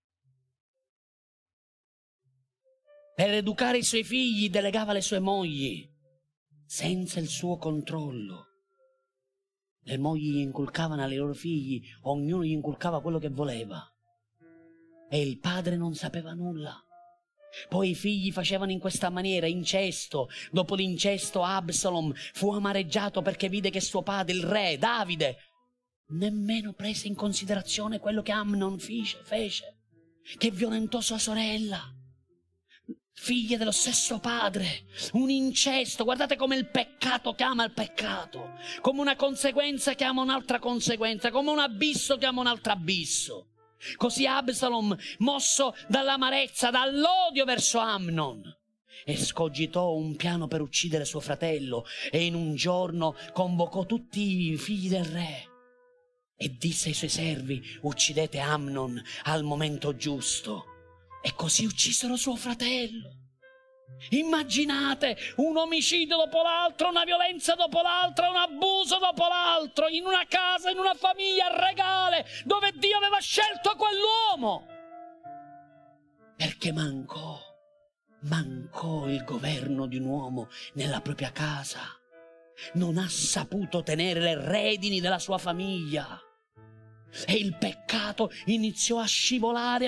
A: Per educare i suoi figli delegava le sue mogli senza il suo controllo. Le mogli gli inculcavano ai loro figli, ognuno gli inculcava quello che voleva e il padre non sapeva nulla. Poi i figli facevano in questa maniera incesto. Dopo l'incesto Absalom fu amareggiato perché vide che suo padre, il re Davide, nemmeno prese in considerazione quello che Amnon fece, che violentò sua sorella. Figlie dello stesso padre, un incesto. Guardate come il peccato chiama il peccato, come una conseguenza chiama un'altra conseguenza, come un abisso chiama un altro abisso. Così Absalom, mosso dall'amarezza, dall'odio verso Amnon, escogitò un piano per uccidere suo fratello e in un giorno convocò tutti i figli del re e disse ai suoi servi: uccidete Amnon al momento giusto. E così uccisero suo fratello. Immaginate un omicidio dopo l'altro, una violenza dopo l'altra, un abuso dopo l'altro, in una casa, in una famiglia regale, dove Dio aveva scelto quell'uomo. Perché mancò il governo di un uomo nella propria casa. Non ha saputo tenere le redini della sua famiglia. E il peccato iniziò a scivolare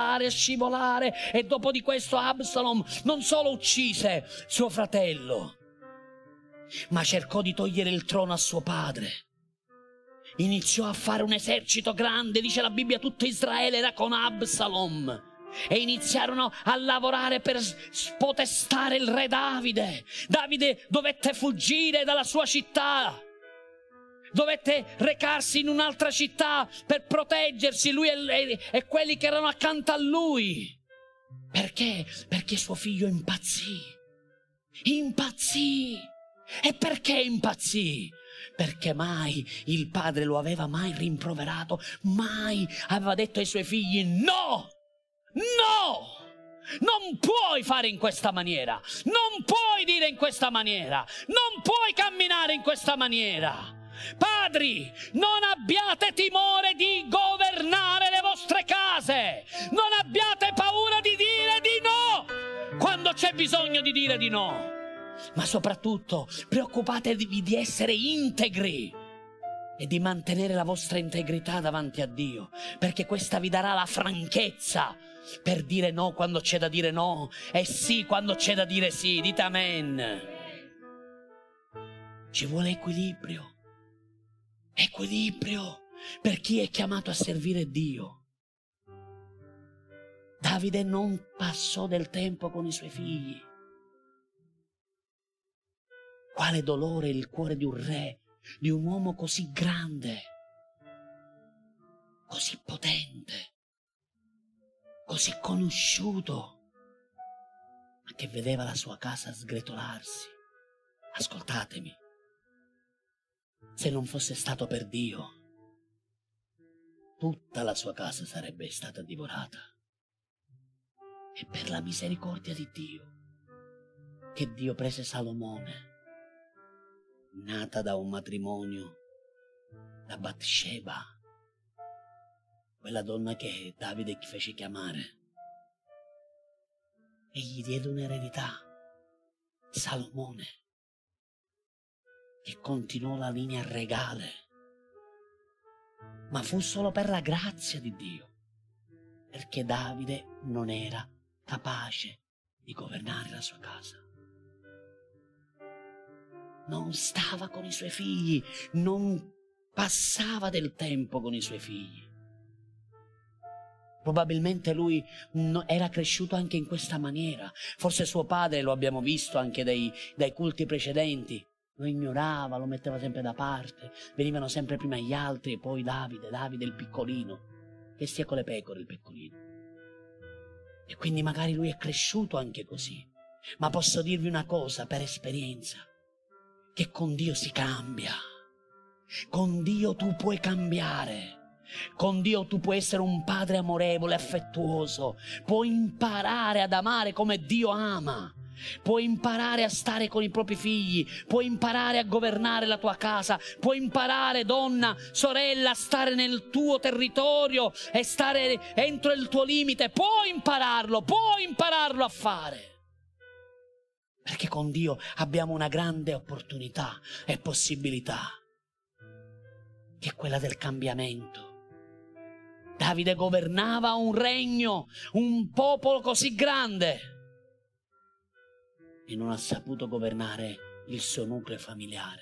A: e dopo di questo Absalom non solo uccise suo fratello, ma cercò di togliere il trono a suo padre. Iniziò a fare un esercito grande, dice la Bibbia, tutto Israele era con Absalom e iniziarono a lavorare per spodestare il re Davide. Davide dovette fuggire dalla sua città, dovette recarsi in un'altra città per proteggersi, lui e quelli che erano accanto a lui. Perché? Perché suo figlio impazzì. Impazzì. E perché impazzì? Perché mai il padre lo aveva mai rimproverato, mai aveva detto ai suoi figli: no, no, non puoi fare in questa maniera, non puoi dire in questa maniera, non puoi camminare in questa maniera. Padri, non abbiate timore di governare le vostre case, non abbiate paura di dire di no quando c'è bisogno di dire di no, ma soprattutto preoccupatevi di essere integri e di mantenere la vostra integrità davanti a Dio, perché questa vi darà la franchezza per dire no quando c'è da dire no e sì quando c'è da dire sì. Dite amen. Ci vuole equilibrio. Equilibrio per chi è chiamato a servire Dio. Davide non passò del tempo con i suoi figli. Quale dolore il cuore di un re, di un uomo così grande, così potente, così conosciuto, ma che vedeva la sua casa sgretolarsi. Ascoltatemi, se non fosse stato per Dio, tutta la sua casa sarebbe stata divorata. E per la misericordia di Dio, che Dio prese Salomone, nata da un matrimonio da Batsheba, quella donna che Davide fece chiamare, e gli diede un'eredità, Salomone, che continuò la linea regale, ma fu solo per la grazia di Dio, perché Davide non era capace di governare la sua casa. Non stava con i suoi figli, non passava del tempo con i suoi figli. Probabilmente lui era cresciuto anche in questa maniera. Forse suo padre, lo abbiamo visto anche dai culti precedenti, lo ignorava, lo metteva sempre da parte, venivano sempre prima gli altri e poi Davide il piccolino, che stia con le pecore il piccolino. E quindi magari lui è cresciuto anche così. Ma posso dirvi una cosa per esperienza, che con Dio si cambia. Con Dio tu puoi cambiare. Con Dio tu puoi essere un padre amorevole, affettuoso. Puoi imparare ad amare come Dio ama. Puoi imparare a stare con i propri figli. Puoi imparare a governare la tua casa. Puoi imparare, donna, sorella, a stare nel tuo territorio e stare entro il tuo limite. Puoi impararlo a fare. Perché con Dio abbiamo una grande opportunità e possibilità, che è quella del cambiamento. Davide governava un regno, un popolo così grande, e non ha saputo governare il suo nucleo familiare.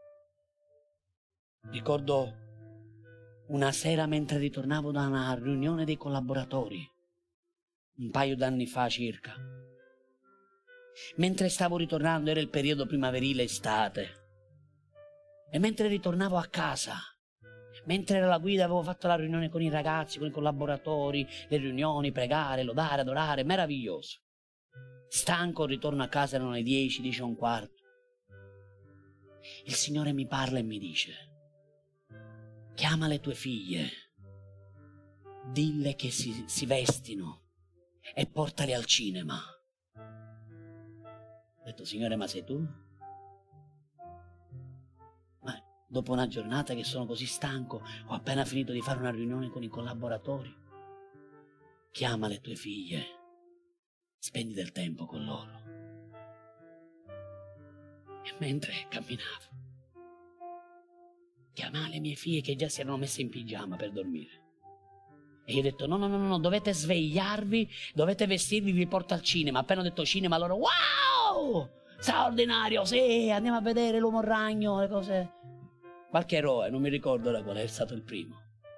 A: Ricordo una sera mentre ritornavo da una riunione dei collaboratori, un paio d'anni fa circa. Mentre stavo ritornando, era il periodo primaverile, estate, e mentre ritornavo a casa, mentre ero alla guida, avevo fatto la riunione con i ragazzi, con i collaboratori, le riunioni, pregare, lodare, adorare, meraviglioso. Stanco, ritorno a casa, erano le 10, 10:15. Il Signore mi parla e mi dice: chiama le tue figlie, dille che si vestino e portali al cinema. Ho detto: Signore, ma sei tu? Ma dopo una giornata che sono così stanco, ho appena finito di fare una riunione con i collaboratori. Chiama le tue figlie, spendi del tempo con loro. E mentre camminavo, chiamai le mie figlie che già si erano messe in pigiama per dormire. E io ho detto: no, dovete svegliarvi, dovete vestirvi, vi porto al cinema. Appena ho detto cinema, loro: wow! Straordinario, sì, andiamo a vedere l'Uomo Ragno, le cose. Qualche eroe, non mi ricordo da qual è stato il primo.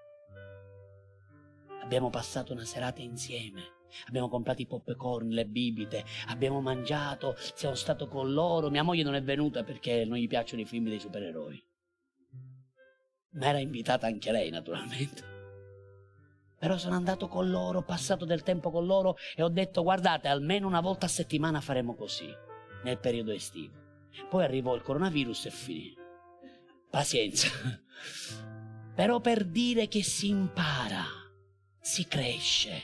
A: Abbiamo passato una serata insieme, abbiamo comprato i popcorn, le bibite, abbiamo mangiato, siamo stati con loro. Mia moglie non è venuta perché non gli piacciono i film dei supereroi, ma era invitata anche lei, naturalmente. Però sono andato con loro, ho passato del tempo con loro e ho detto: guardate, almeno una volta a settimana faremo così. nel periodo estivo. Poi arrivò il coronavirus e finì. Pazienza. Però per dire che si impara, si cresce.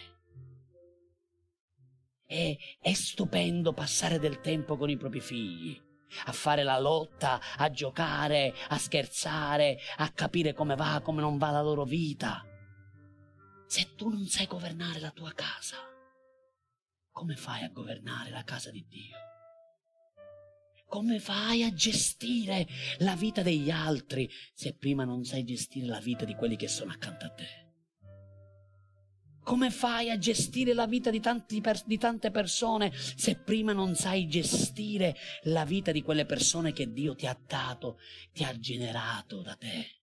A: È stupendo passare del tempo con i propri figli, a fare la lotta, a giocare, a scherzare, a capire come va, come non va la loro vita. Se tu non sai governare la tua casa, come fai a governare la casa di Dio? Come fai a gestire la vita degli altri se prima non sai gestire la vita di quelli che sono accanto a te? Come fai a gestire la vita di tante persone se prima non sai gestire la vita di quelle persone che Dio ti ha dato, ti ha generato da te?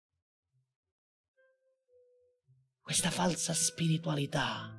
A: Questa falsa spiritualità,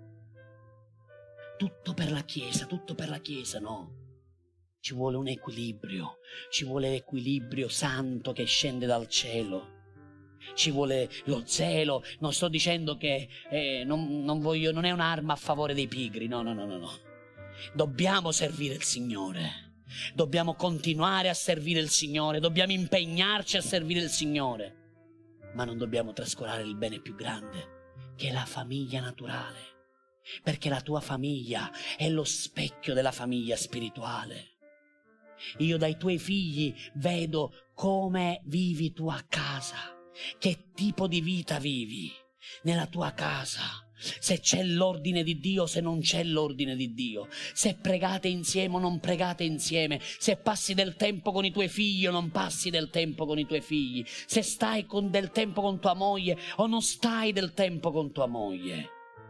A: tutto per la Chiesa, no. Ci vuole un equilibrio, ci vuole l'equilibrio santo che scende dal cielo. Ci vuole lo zelo. Non sto dicendo che non è un'arma a favore dei pigri, no. Dobbiamo servire il Signore, dobbiamo continuare a servire il Signore, dobbiamo impegnarci a servire il Signore, ma non dobbiamo trascurare il bene più grande, che è la famiglia naturale, perché la tua famiglia è lo specchio della famiglia spirituale. Io dai tuoi figli vedo come vivi tu a casa, che tipo di vita vivi nella tua casa, se c'è l'ordine di Dio, se non c'è l'ordine di Dio, se pregate insieme o non pregate insieme, se passi del tempo con i tuoi figli o non passi del tempo con i tuoi figli, se stai del tempo con tua moglie o non stai del tempo con tua moglie.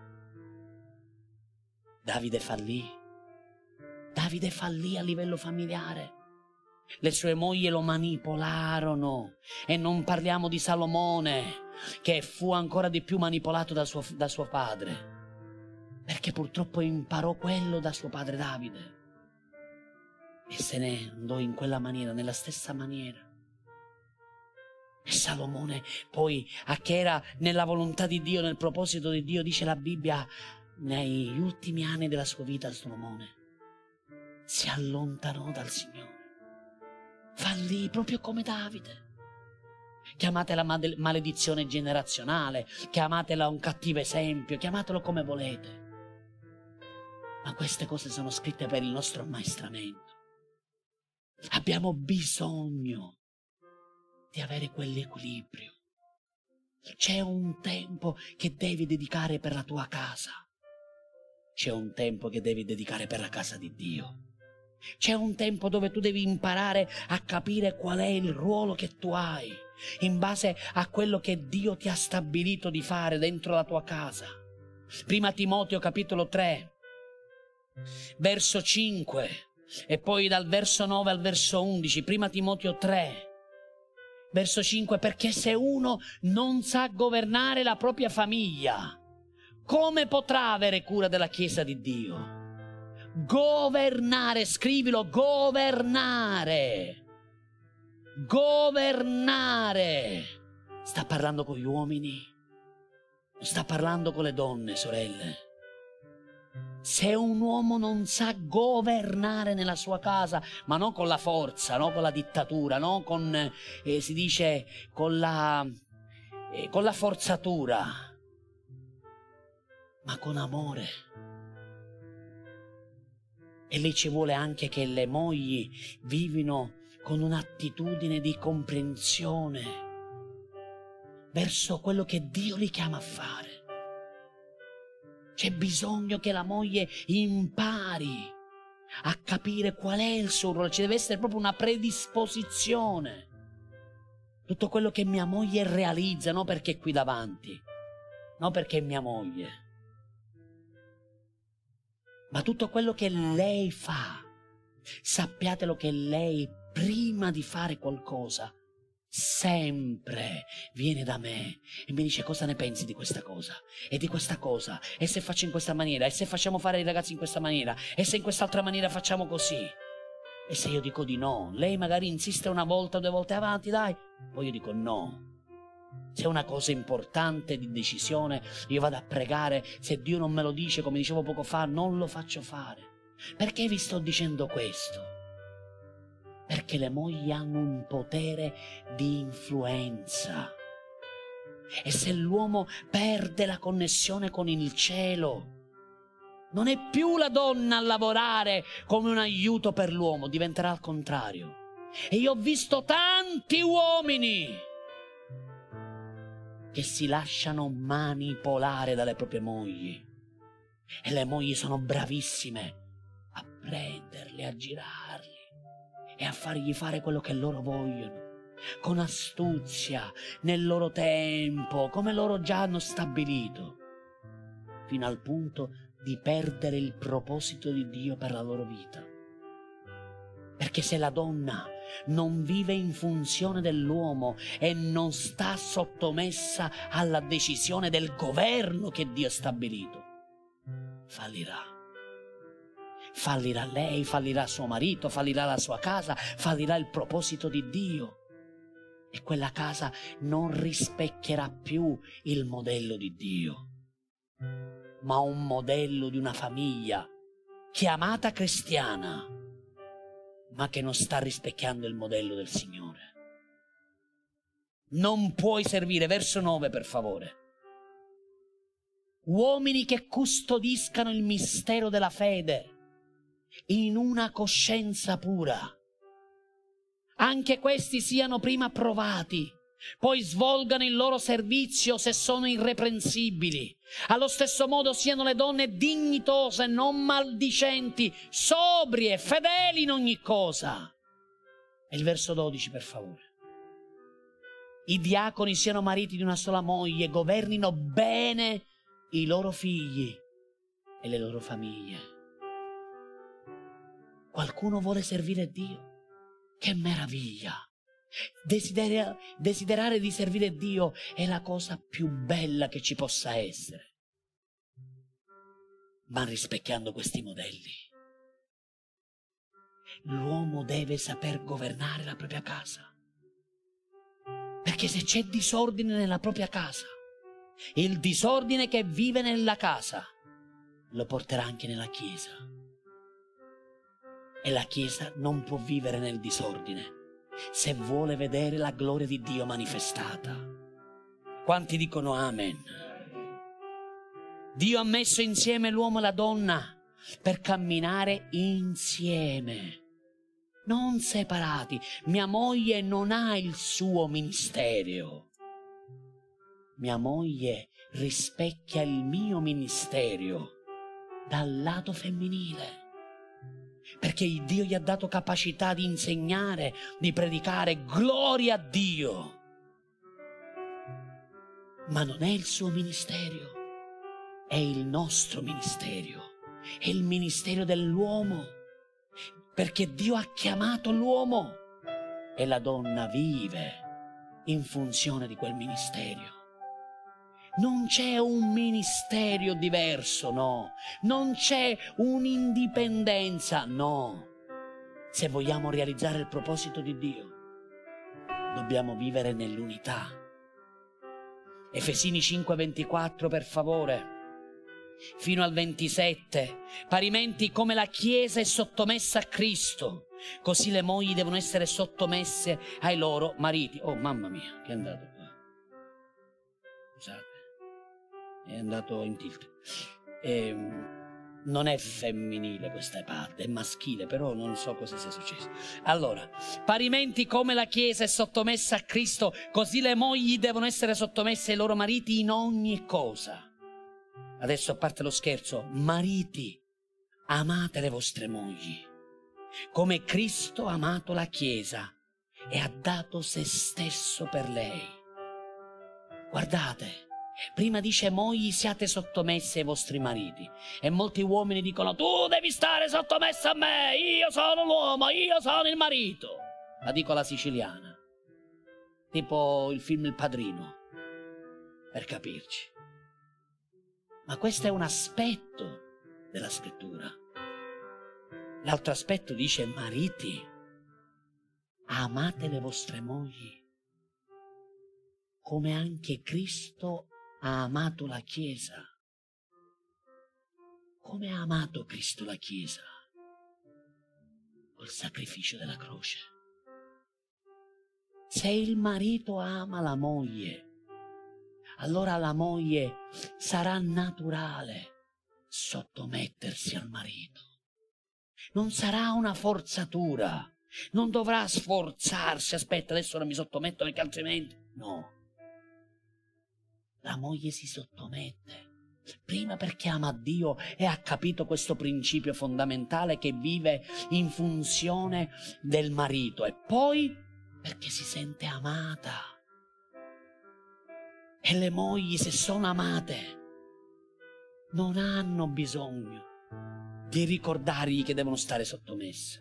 A: Davide fallì a livello familiare. Le sue mogli lo manipolarono, e non parliamo di Salomone, che fu ancora di più manipolato da suo padre, perché purtroppo imparò quello da suo padre Davide e se ne andò in quella maniera, nella stessa maniera. E Salomone poi, a che era nella volontà di Dio, nel proposito di Dio, dice la Bibbia, negli ultimi anni della sua vita Salomone si allontanò dal Signore, fallì proprio come Davide. Chiamatela maledizione generazionale, chiamatela un cattivo esempio, chiamatelo come volete, ma queste cose sono scritte per il nostro ammaestramento. Abbiamo bisogno di avere quell'equilibrio. C'è un tempo che devi dedicare per la tua casa, c'è un tempo che devi dedicare per la casa di Dio. C'è un tempo dove tu devi imparare a capire qual è il ruolo che tu hai in base a quello che Dio ti ha stabilito di fare dentro la tua casa. Prima Timoteo capitolo 3, verso 5, e poi dal verso 9 al verso 11. Prima Timoteo 3, verso 5, perché se uno non sa governare la propria famiglia, come potrà avere cura della Chiesa di Dio? Governare, scrivilo, governare. Sta parlando con gli uomini, non sta parlando con le donne, sorelle. Se un uomo non sa governare nella sua casa, ma non con la forza, non con la dittatura, non con, si dice, con la forzatura, ma con amore. E lì ci vuole anche che le mogli vivino con un'attitudine di comprensione verso quello che Dio li chiama a fare. C'è bisogno che la moglie impari a capire qual è il suo ruolo. Ci deve essere proprio una predisposizione. Tutto quello che mia moglie realizza, non perché è qui davanti, non perché è mia moglie, ma tutto quello che lei fa, sappiatelo che lei, prima di fare qualcosa, sempre viene da me e mi dice: cosa ne pensi di questa cosa? E di questa cosa? E se faccio in questa maniera? E se facciamo fare ai ragazzi in questa maniera? E se in quest'altra maniera facciamo così? E se io dico di no, lei magari insiste una volta, 2 volte, avanti, dai. Poi io dico no. Se è una cosa importante di decisione, io vado a pregare. Se Dio non me lo dice, come dicevo poco fa, non lo faccio fare. Perché vi sto dicendo questo? Perché le mogli hanno un potere di influenza. E se l'uomo perde la connessione con il cielo, non è più la donna a lavorare come un aiuto per l'uomo, diventerà al contrario. E io ho visto tanti uomini che si lasciano manipolare dalle proprie mogli. E le mogli sono bravissime a prenderli, a girarli e a fargli fare quello che loro vogliono, con astuzia, nel loro tempo, come loro già hanno stabilito, fino al punto di perdere il proposito di Dio per la loro vita. Perché se la donna non vive in funzione dell'uomo e non sta sottomessa alla decisione del governo che Dio ha stabilito, fallirà. Fallirà lei, fallirà suo marito, fallirà la sua casa, fallirà il proposito di Dio. E quella casa non rispecchierà più il modello di Dio, ma un modello di una famiglia chiamata cristiana, ma che non sta rispecchiando il modello del Signore. Non puoi servire, verso 9 per favore. Uomini che custodiscano il mistero della fede in una coscienza pura. Anche questi siano prima provati, poi svolgano il loro servizio se sono irreprensibili. Allo stesso modo siano le donne dignitose, non maldicenti, sobrie, fedeli in ogni cosa. E il verso 12 per favore. I diaconi siano mariti di una sola moglie, governino bene i loro figli e le loro famiglie. Qualcuno vuole servire Dio? Che meraviglia! Desiderare di servire Dio è la cosa più bella che ci possa essere, ma rispecchiando questi modelli. L'uomo deve saper governare la propria casa, perché se c'è disordine nella propria casa, il disordine che vive nella casa lo porterà anche nella chiesa, e la chiesa non può vivere nel disordine se vuole vedere la gloria di Dio manifestata. Quanti dicono amen? Dio ha messo insieme l'uomo e la donna per camminare insieme, non separati. Mia moglie non ha il suo ministero, mia moglie rispecchia il mio ministero dal lato femminile, perché Dio gli ha dato capacità di insegnare, di predicare, gloria a Dio. Ma non è il suo ministero, è il nostro ministero, è il ministero dell'uomo, perché Dio ha chiamato l'uomo e la donna vive in funzione di quel ministero. Non c'è un ministero diverso, no. Non c'è un'indipendenza, no. Se vogliamo realizzare il proposito di Dio, dobbiamo vivere nell'unità. Efesini 5:24, per favore, fino al 27. Parimenti, come la Chiesa è sottomessa a Cristo, così le mogli devono essere sottomesse ai loro mariti. Oh, mamma mia, che è andato qua. Scusate. È andato in tilt. Non è femminile questa parte, è maschile, però non so cosa sia successo. Allora, parimenti come la Chiesa è sottomessa a Cristo, così le mogli devono essere sottomesse ai loro mariti in ogni cosa. Adesso, a parte lo scherzo, mariti, amate le vostre mogli, come Cristo ha amato la Chiesa e ha dato se stesso per lei. Guardate, prima dice mogli siate sottomesse ai vostri mariti, e molti uomini dicono tu devi stare sottomessa a me, io sono l'uomo, io sono il marito. La dico alla siciliana, tipo il film Il Padrino, per capirci. Ma questo è un aspetto della scrittura. L'altro aspetto dice mariti, amate le vostre mogli come anche Cristo ha amato la Chiesa. Come ha amato Cristo la Chiesa? Col sacrificio della croce. Se il marito ama la moglie, allora alla moglie sarà naturale sottomettersi al marito. Non sarà una forzatura, non dovrà sforzarsi, aspetta adesso non mi sottometto perché altrimenti... No, la moglie si sottomette, prima perché ama Dio e ha capito questo principio fondamentale che vive in funzione del marito, e poi perché si sente amata. E le mogli, se sono amate, non hanno bisogno di ricordargli che devono stare sottomesse.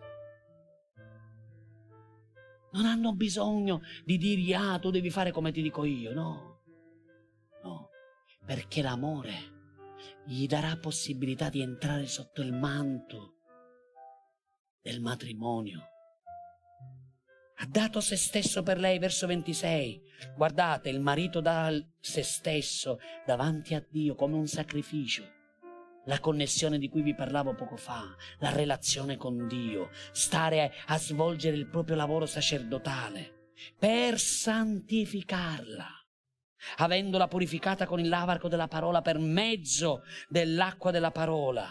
A: Non hanno bisogno di dirgli: ah, tu devi fare come ti dico io. No, no, perché l'amore gli darà possibilità di entrare sotto il manto del matrimonio. Ha dato se stesso per lei, verso 26. Guardate, il marito dà se stesso davanti a Dio come un sacrificio. La connessione di cui vi parlavo poco fa, la relazione con Dio, stare a svolgere il proprio lavoro sacerdotale per santificarla, avendola purificata con il lavarco della parola per mezzo dell'acqua della parola.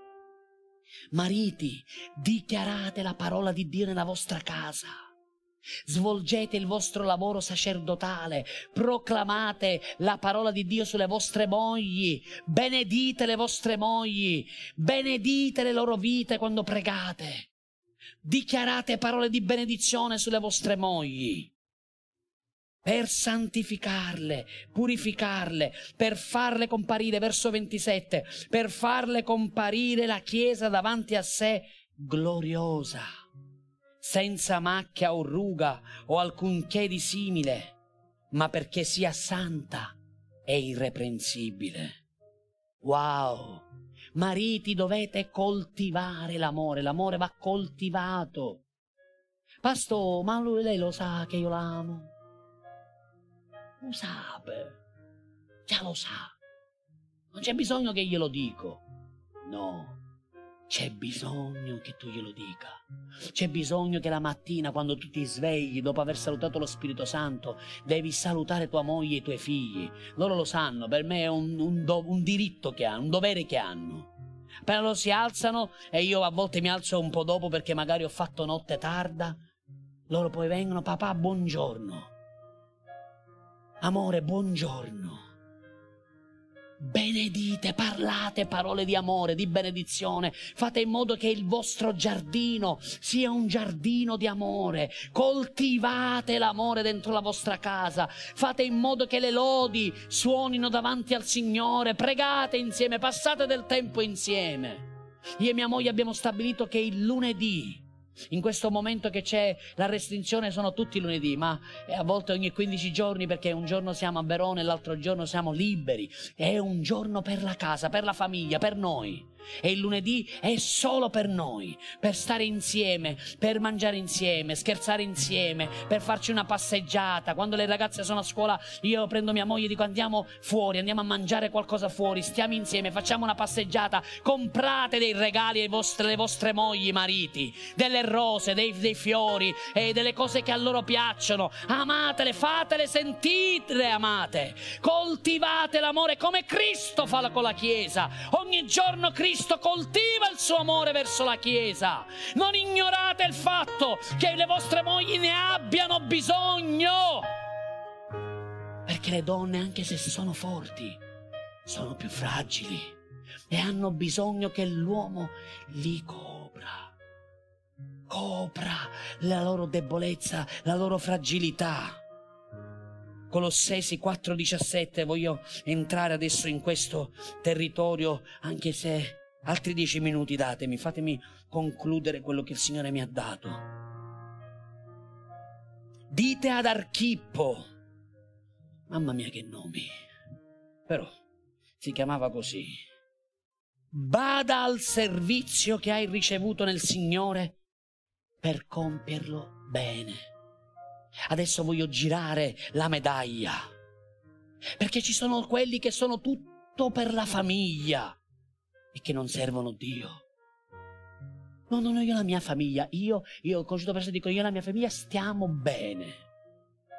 A: Mariti, dichiarate la parola di Dio nella vostra casa. Svolgete il vostro lavoro sacerdotale, proclamate la parola di Dio sulle vostre mogli, benedite le vostre mogli, benedite le loro vite quando pregate, dichiarate parole di benedizione sulle vostre mogli, per santificarle, purificarle, per farle comparire, verso 27, per farle comparire la Chiesa davanti a sé gloriosa, senza macchia o ruga o alcunché di simile, ma perché sia santa e irreprensibile. Wow! Mariti, dovete coltivare l'amore. L'amore va coltivato. Pastore, ma lei lo sa che io l'amo? Lo sa, già lo sa. Non c'è bisogno che glielo dico. No. C'è bisogno che tu glielo dica. C'è bisogno che la mattina, quando tu ti svegli, dopo aver salutato lo Spirito Santo, devi salutare tua moglie e i tuoi figli. Loro lo sanno, per me è un diritto che hanno, un dovere che hanno. Appena loro si alzano, e io a volte mi alzo un po' dopo perché magari ho fatto notte tarda, loro poi vengono: papà, buongiorno. Amore, buongiorno. Benedite, parlate parole di amore, di benedizione, fate in modo che il vostro giardino sia un giardino di amore, coltivate l'amore dentro la vostra casa, fate in modo che le lodi suonino davanti al Signore, pregate insieme, passate del tempo insieme. Io e mia moglie abbiamo stabilito che il lunedì, in questo momento che c'è la restrizione, sono tutti lunedì, ma a volte ogni 15 giorni, perché un giorno siamo a Verona e l'altro giorno siamo liberi. È un giorno per la casa, per la famiglia, per noi. E il lunedì è solo per noi, per stare insieme, per mangiare insieme, scherzare insieme, per farci una passeggiata. Quando le ragazze sono a scuola, io prendo mia moglie e dico: andiamo fuori, andiamo a mangiare qualcosa fuori, stiamo insieme, facciamo una passeggiata. Comprate dei regali alle vostre mogli, mariti, delle rose, dei fiori e delle cose che a loro piacciono. Amatele, fatele sentire amate, coltivate l'amore come Cristo fa con la Chiesa. Ogni giorno Cristo coltiva il suo amore verso la Chiesa. Non ignorate il fatto che le vostre mogli ne abbiano bisogno, perché le donne, anche se sono forti, sono più fragili e hanno bisogno che l'uomo li copra la loro debolezza, la loro fragilità. Colossesi 4,17, voglio entrare adesso in questo territorio, anche se altri 10 minuti datemi, fatemi concludere quello che il Signore mi ha dato. Dite ad Archippo, mamma mia che nomi, però si chiamava così: bada al servizio che hai ricevuto nel Signore per compierlo bene. Adesso voglio girare la medaglia, perché ci sono quelli che sono tutto per la famiglia e che non servono Dio. No, io la mia famiglia, io conosciuto persone, dico: io e la mia famiglia stiamo bene.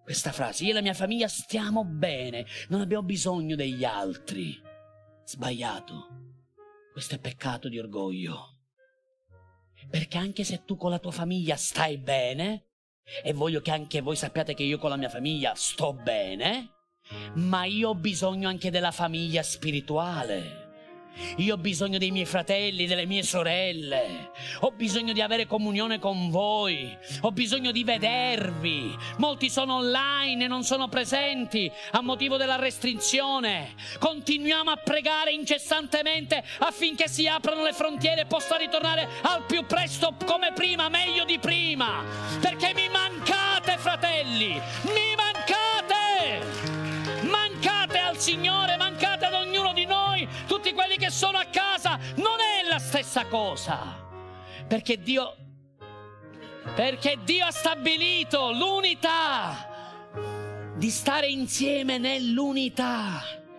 A: questa frase: io e la mia famiglia stiamo bene, non abbiamo bisogno degli altri. Sbagliato. Questo è peccato di orgoglio. Perché anche se tu con la tua famiglia stai bene, e voglio che anche voi sappiate che io con la mia famiglia sto bene, ma io ho bisogno anche della famiglia spirituale. Io ho bisogno dei miei fratelli, delle mie sorelle, ho bisogno di avere comunione con voi, ho bisogno di vedervi. Molti sono online e non sono presenti a motivo della restrizione. Continuiamo a pregare incessantemente affinché si aprano le frontiere e possa ritornare al più presto come prima, meglio di prima, perché mi mancate, fratelli, mi mancate. Mancate al Signore, mancate ad ognuno di noi. Tutti quelli che sono a casa, non è la stessa cosa, perché Dio ha stabilito l'unità, di stare insieme nell'unità.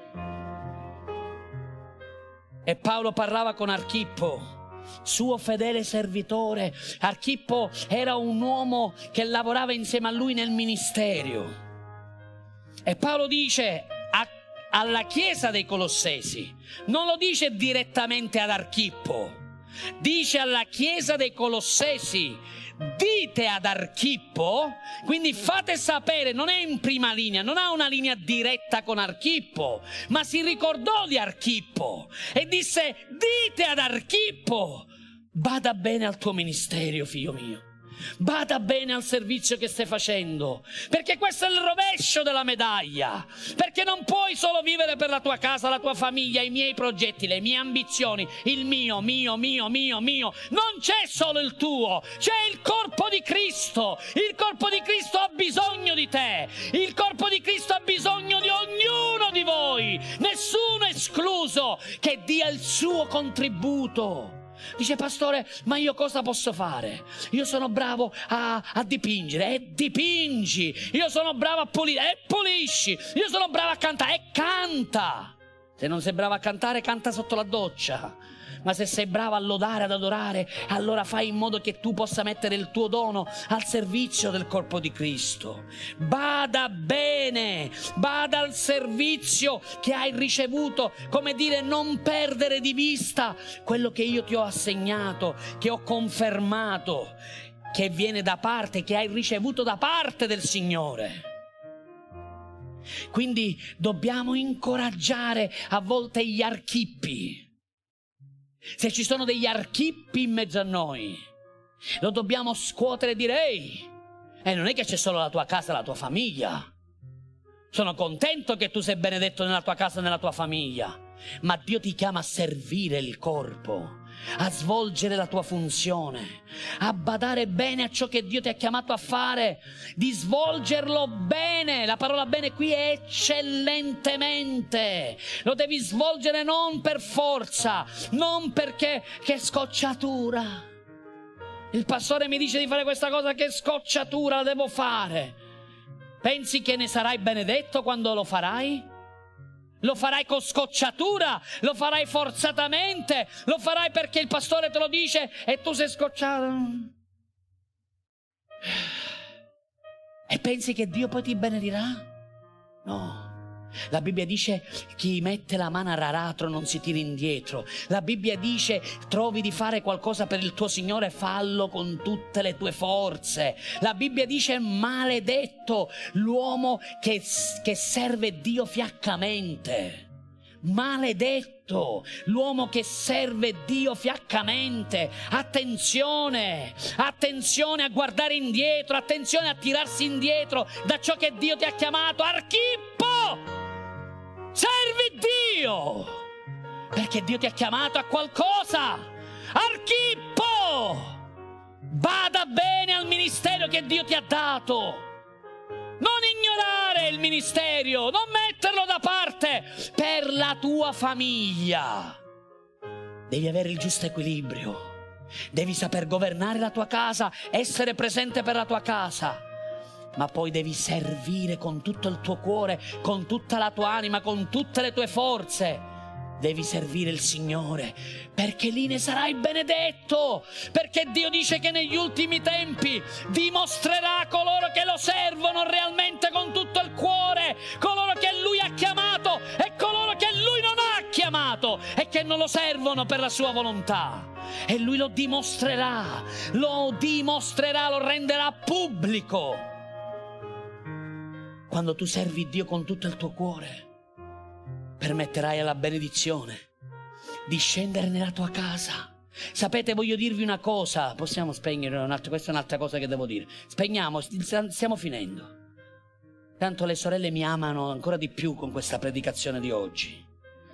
A: E Paolo parlava con Archippo, suo fedele servitore. Archippo era un uomo che lavorava insieme a lui nel ministero. E Paolo dice alla chiesa dei Colossesi, non lo dice direttamente ad Archippo, dice alla chiesa dei Colossesi: dite ad Archippo, quindi fate sapere, non è in prima linea, non ha una linea diretta con Archippo, ma si ricordò di Archippo e disse: dite ad Archippo, bada bene al tuo ministero, figlio mio. Bada bene al servizio che stai facendo, perché questo è il rovescio della medaglia, perché non puoi solo vivere per la tua casa, la tua famiglia, i miei progetti, le mie ambizioni, il mio. Non c'è solo il tuo, c'è il corpo di Cristo. Il corpo di Cristo ha bisogno di te, il corpo di Cristo ha bisogno di ognuno di voi, nessuno escluso, che dia il suo contributo. Dice: pastore, ma io cosa posso fare? Io sono bravo a dipingere, e dipingi. Io sono bravo a pulire, e pulisci. Io sono bravo a cantare, e canta. Se non sei bravo a cantare, canta sotto la doccia. Ma se sei bravo a lodare, ad adorare, allora fai in modo che tu possa mettere il tuo dono al servizio del corpo di Cristo. Bada bene, bada al servizio che hai ricevuto, come dire, non perdere di vista quello che io ti ho assegnato, che ho confermato, che viene da parte, che hai ricevuto da parte del Signore. Quindi dobbiamo incoraggiare a volte gli Archippi. Se ci sono degli Archippi in mezzo a noi, lo dobbiamo scuotere e dire: ehi, non è che c'è solo la tua casa e la tua famiglia. Sono contento che tu sei benedetto nella tua casa e nella tua famiglia, ma Dio ti chiama a servire il corpo, a svolgere la tua funzione, a badare bene a ciò che Dio ti ha chiamato a fare, di svolgerlo bene. La parola bene qui è eccellentemente. Lo devi svolgere non per forza, non perché che scocciatura. Il pastore mi dice di fare questa cosa, che scocciatura, la devo fare. Pensi che ne sarai benedetto quando lo farai? Lo farai con scocciatura, lo farai forzatamente, lo farai perché il pastore te lo dice e tu sei scocciato. E pensi che Dio poi ti benedirà? No. La Bibbia dice: chi mette la mano all'aratro non si tira indietro. La Bibbia dice: trovi di fare qualcosa per il tuo Signore, fallo con tutte le tue forze. La Bibbia dice: maledetto l'uomo che serve Dio fiaccamente. Maledetto l'uomo che serve Dio fiaccamente. Attenzione, attenzione a guardare indietro, attenzione a tirarsi indietro da ciò che Dio ti ha chiamato. Archippo, servi Dio, perché Dio ti ha chiamato a qualcosa. Archippo, bada bene al ministero che Dio ti ha dato. Non ignorare il ministero, non metterlo da parte per la tua famiglia. Devi avere il giusto equilibrio, devi saper governare la tua casa, essere presente per la tua casa, ma poi devi servire con tutto il tuo cuore, con tutta la tua anima, con tutte le tue forze Devi servire il Signore, perché lì ne sarai benedetto, perché Dio dice che negli ultimi tempi dimostrerà coloro che lo servono realmente con tutto il cuore, coloro che Lui ha chiamato e coloro che Lui non ha chiamato e che non lo servono per la sua volontà. E Lui lo dimostrerà, lo renderà pubblico. Quando tu servi Dio con tutto il tuo cuore, permetterai alla benedizione di scendere nella tua casa. Sapete, voglio dirvi una cosa. Possiamo spegnere questa è un'altra cosa che devo dire. Spegniamo, stiamo finendo. Tanto le sorelle mi amano ancora di più con questa predicazione di oggi.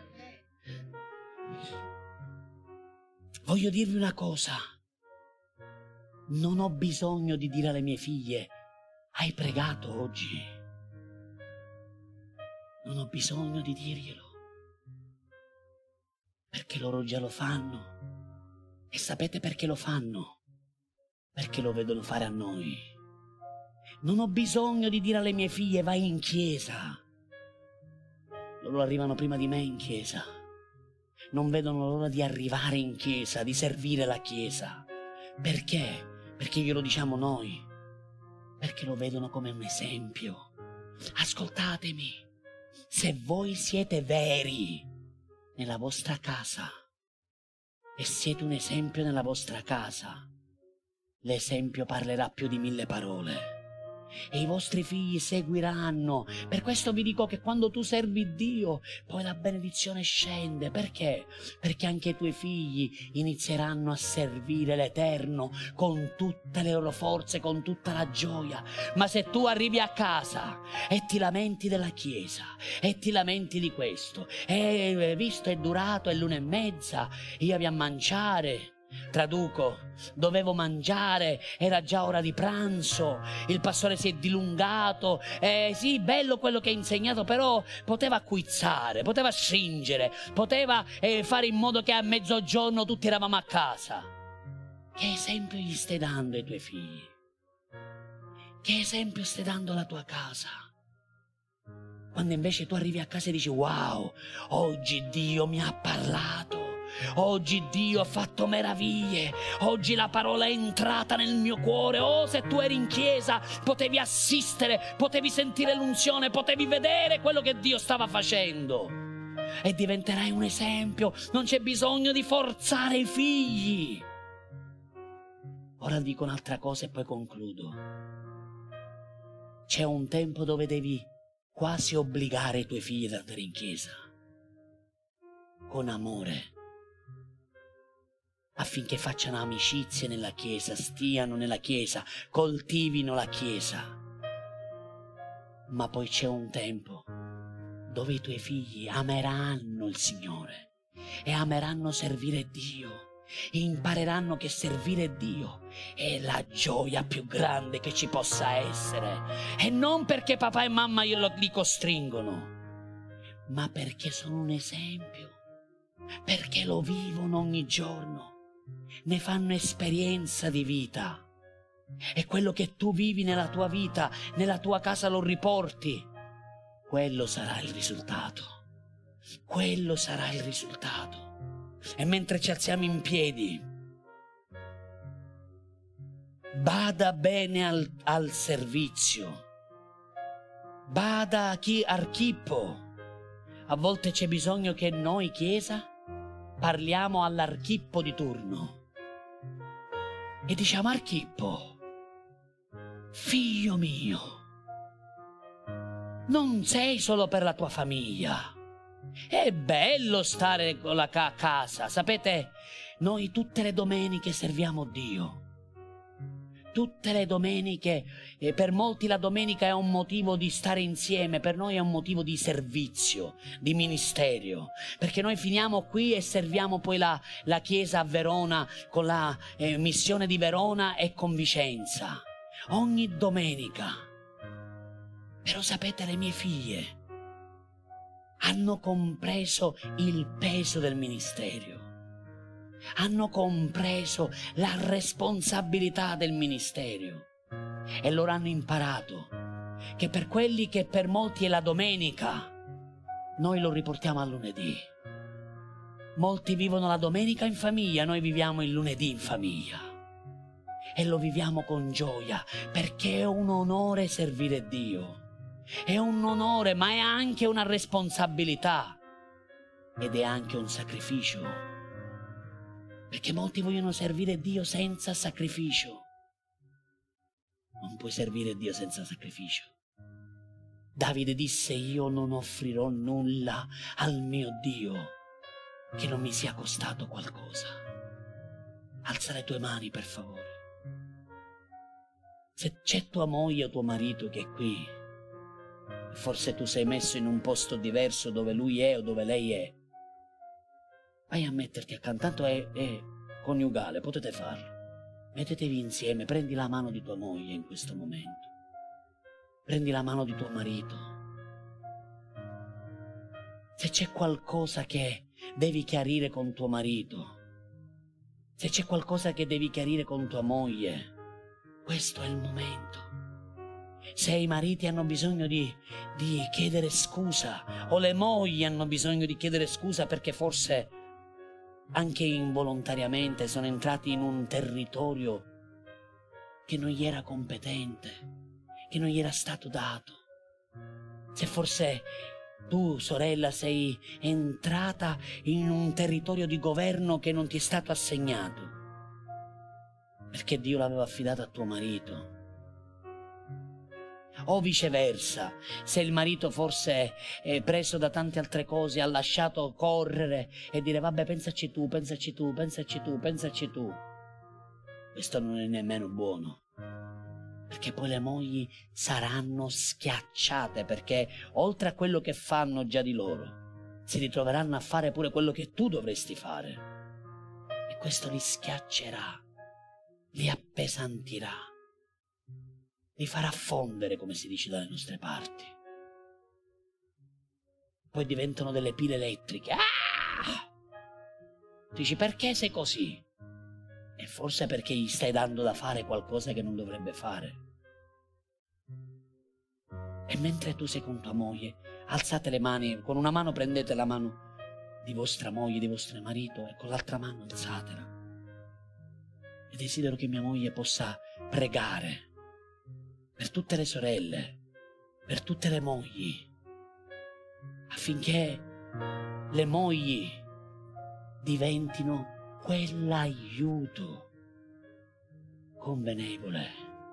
A: Voglio dirvi una cosa. Non ho bisogno di dire alle mie figlie: hai pregato oggi? Non ho bisogno di dirglielo, perché loro già lo fanno. E sapete perché lo fanno? Perché lo vedono fare a noi. Non ho bisogno di dire alle mie figlie: vai in chiesa. Loro arrivano prima di me in chiesa. Non vedono l'ora di arrivare in chiesa, di servire la chiesa. Perché? Perché glielo diciamo noi. Perché lo vedono come un esempio. Ascoltatemi. Se voi siete veri nella vostra casa e siete un esempio nella vostra casa, l'esempio parlerà più di 1000 parole e i vostri figli seguiranno. Per questo vi dico che quando tu servi Dio, poi la benedizione scende. Perché? Perché anche i tuoi figli inizieranno a servire l'Eterno con tutte le loro forze, con tutta la gioia. Ma se tu arrivi a casa e ti lamenti della chiesa e ti lamenti di questo, e visto è durato, è l'1:30, io vi a mangiare. Traduco, dovevo mangiare, era già ora di pranzo, il pastore si è dilungato, sì, bello quello che ha insegnato, però poteva acquizzare, poteva stringere, poteva fare in modo che a mezzogiorno tutti eravamo a casa. Che esempio gli stai dando ai tuoi figli? Che esempio stai dando alla tua casa? Quando invece tu arrivi a casa e dici: wow, oggi Dio mi ha parlato. Oggi Dio ha fatto meraviglie. Oggi la parola è entrata nel mio cuore. Oh, se tu eri in chiesa potevi assistere, potevi sentire l'unzione, potevi vedere quello che Dio stava facendo. E diventerai un esempio. Non c'è bisogno di forzare i figli. Ora dico un'altra cosa e poi concludo. C'è un tempo dove devi quasi obbligare i tuoi figli ad andare in chiesa con amore, affinché facciano amicizie nella chiesa, stiano nella chiesa, coltivino la chiesa. Ma poi c'è un tempo dove i tuoi figli ameranno il Signore e ameranno servire Dio. Impareranno che servire Dio è la gioia più grande che ci possa essere, e non perché papà e mamma li costringono, ma perché sono un esempio, perché lo vivono ogni giorno, ne fanno esperienza di vita, e quello che tu vivi nella tua vita, nella tua casa lo riporti. Quello sarà il risultato, quello sarà il risultato. E mentre ci alziamo in piedi, bada bene al servizio, bada a chi Archippo. A volte c'è bisogno che noi, Chiesa, parliamo all'Archippo di turno e diciamo: Archippo, figlio mio, non sei solo per la tua famiglia. È bello stare con la casa. Sapete, noi tutte le domeniche serviamo Dio. Tutte le domeniche, per molti la domenica è un motivo di stare insieme, per noi è un motivo di servizio, di ministero, perché noi finiamo qui e serviamo poi la chiesa a Verona con la missione di Verona e con Vicenza, ogni domenica. Però sapete, le mie figlie hanno compreso il peso del ministero, hanno compreso la responsabilità del ministero, e loro hanno imparato che per quelli che per molti è la domenica, noi lo riportiamo al lunedì. Molti vivono la domenica in famiglia, noi viviamo il lunedì in famiglia. E lo viviamo con gioia, perché è un onore servire Dio. È un onore, ma è anche una responsabilità. Ed è anche un sacrificio. Perché molti vogliono servire Dio senza sacrificio. Non puoi servire Dio senza sacrificio. Davide disse: io non offrirò nulla al mio Dio che non mi sia costato qualcosa. Alza le tue mani, per favore. Se c'è tua moglie o tuo marito che è qui, forse tu sei messo in un posto diverso dove lui è o dove lei è, vai a metterti accanto, tanto è coniugale, potete farlo. Mettetevi insieme, prendi la mano di tua moglie in questo momento. Prendi la mano di tuo marito. Se c'è qualcosa che devi chiarire con tuo marito, se c'è qualcosa che devi chiarire con tua moglie, questo è il momento. Se i mariti hanno bisogno di chiedere scusa, o le mogli hanno bisogno di chiedere scusa perché forse anche involontariamente sono entrati in un territorio che non gli era competente, che non gli era stato dato. Se forse tu, sorella, sei entrata in un territorio di governo che non ti è stato assegnato, perché Dio l'aveva affidato a tuo marito. O viceversa, se il marito forse è preso da tante altre cose, ha lasciato correre e dire: vabbè, pensaci tu, pensaci tu, pensaci tu, pensaci tu. Questo non è nemmeno buono, perché poi le mogli saranno schiacciate, perché oltre a quello che fanno già di loro, si ritroveranno a fare pure quello che tu dovresti fare. E questo li schiaccerà, li appesantirà, li farà fondere, come si dice dalle nostre parti. Poi diventano delle pile elettriche. Dici: perché sei così? E forse perché gli stai dando da fare qualcosa che non dovrebbe fare. E mentre tu sei con tua moglie, alzate le mani, con una mano prendete la mano di vostra moglie, di vostro marito, e con l'altra mano alzatela. E desidero che mia moglie possa pregare per tutte le sorelle, per tutte le mogli, affinché le mogli diventino quell'aiuto convenevole,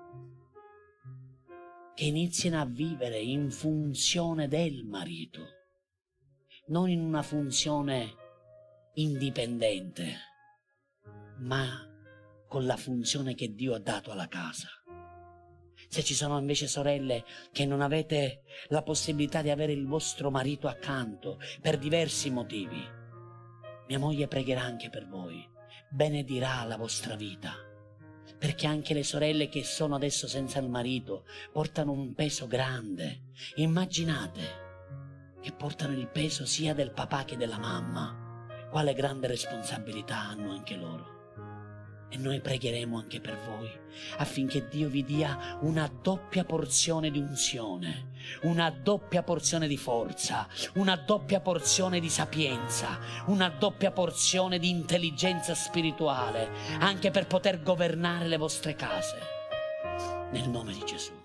A: che iniziano a vivere in funzione del marito, non in una funzione indipendente, ma con la funzione che Dio ha dato alla casa. Se ci sono invece sorelle che non avete la possibilità di avere il vostro marito accanto per diversi motivi, mia moglie pregherà anche per voi, benedirà la vostra vita, perché anche le sorelle che sono adesso senza il marito portano un peso grande. Immaginate che portano il peso sia del papà che della mamma. Quale grande responsabilità hanno anche loro. E noi pregheremo anche per voi, affinché Dio vi dia una doppia porzione di unzione, una doppia porzione di forza, una doppia porzione di sapienza, una doppia porzione di intelligenza spirituale, anche per poter governare le vostre case. Nel nome di Gesù.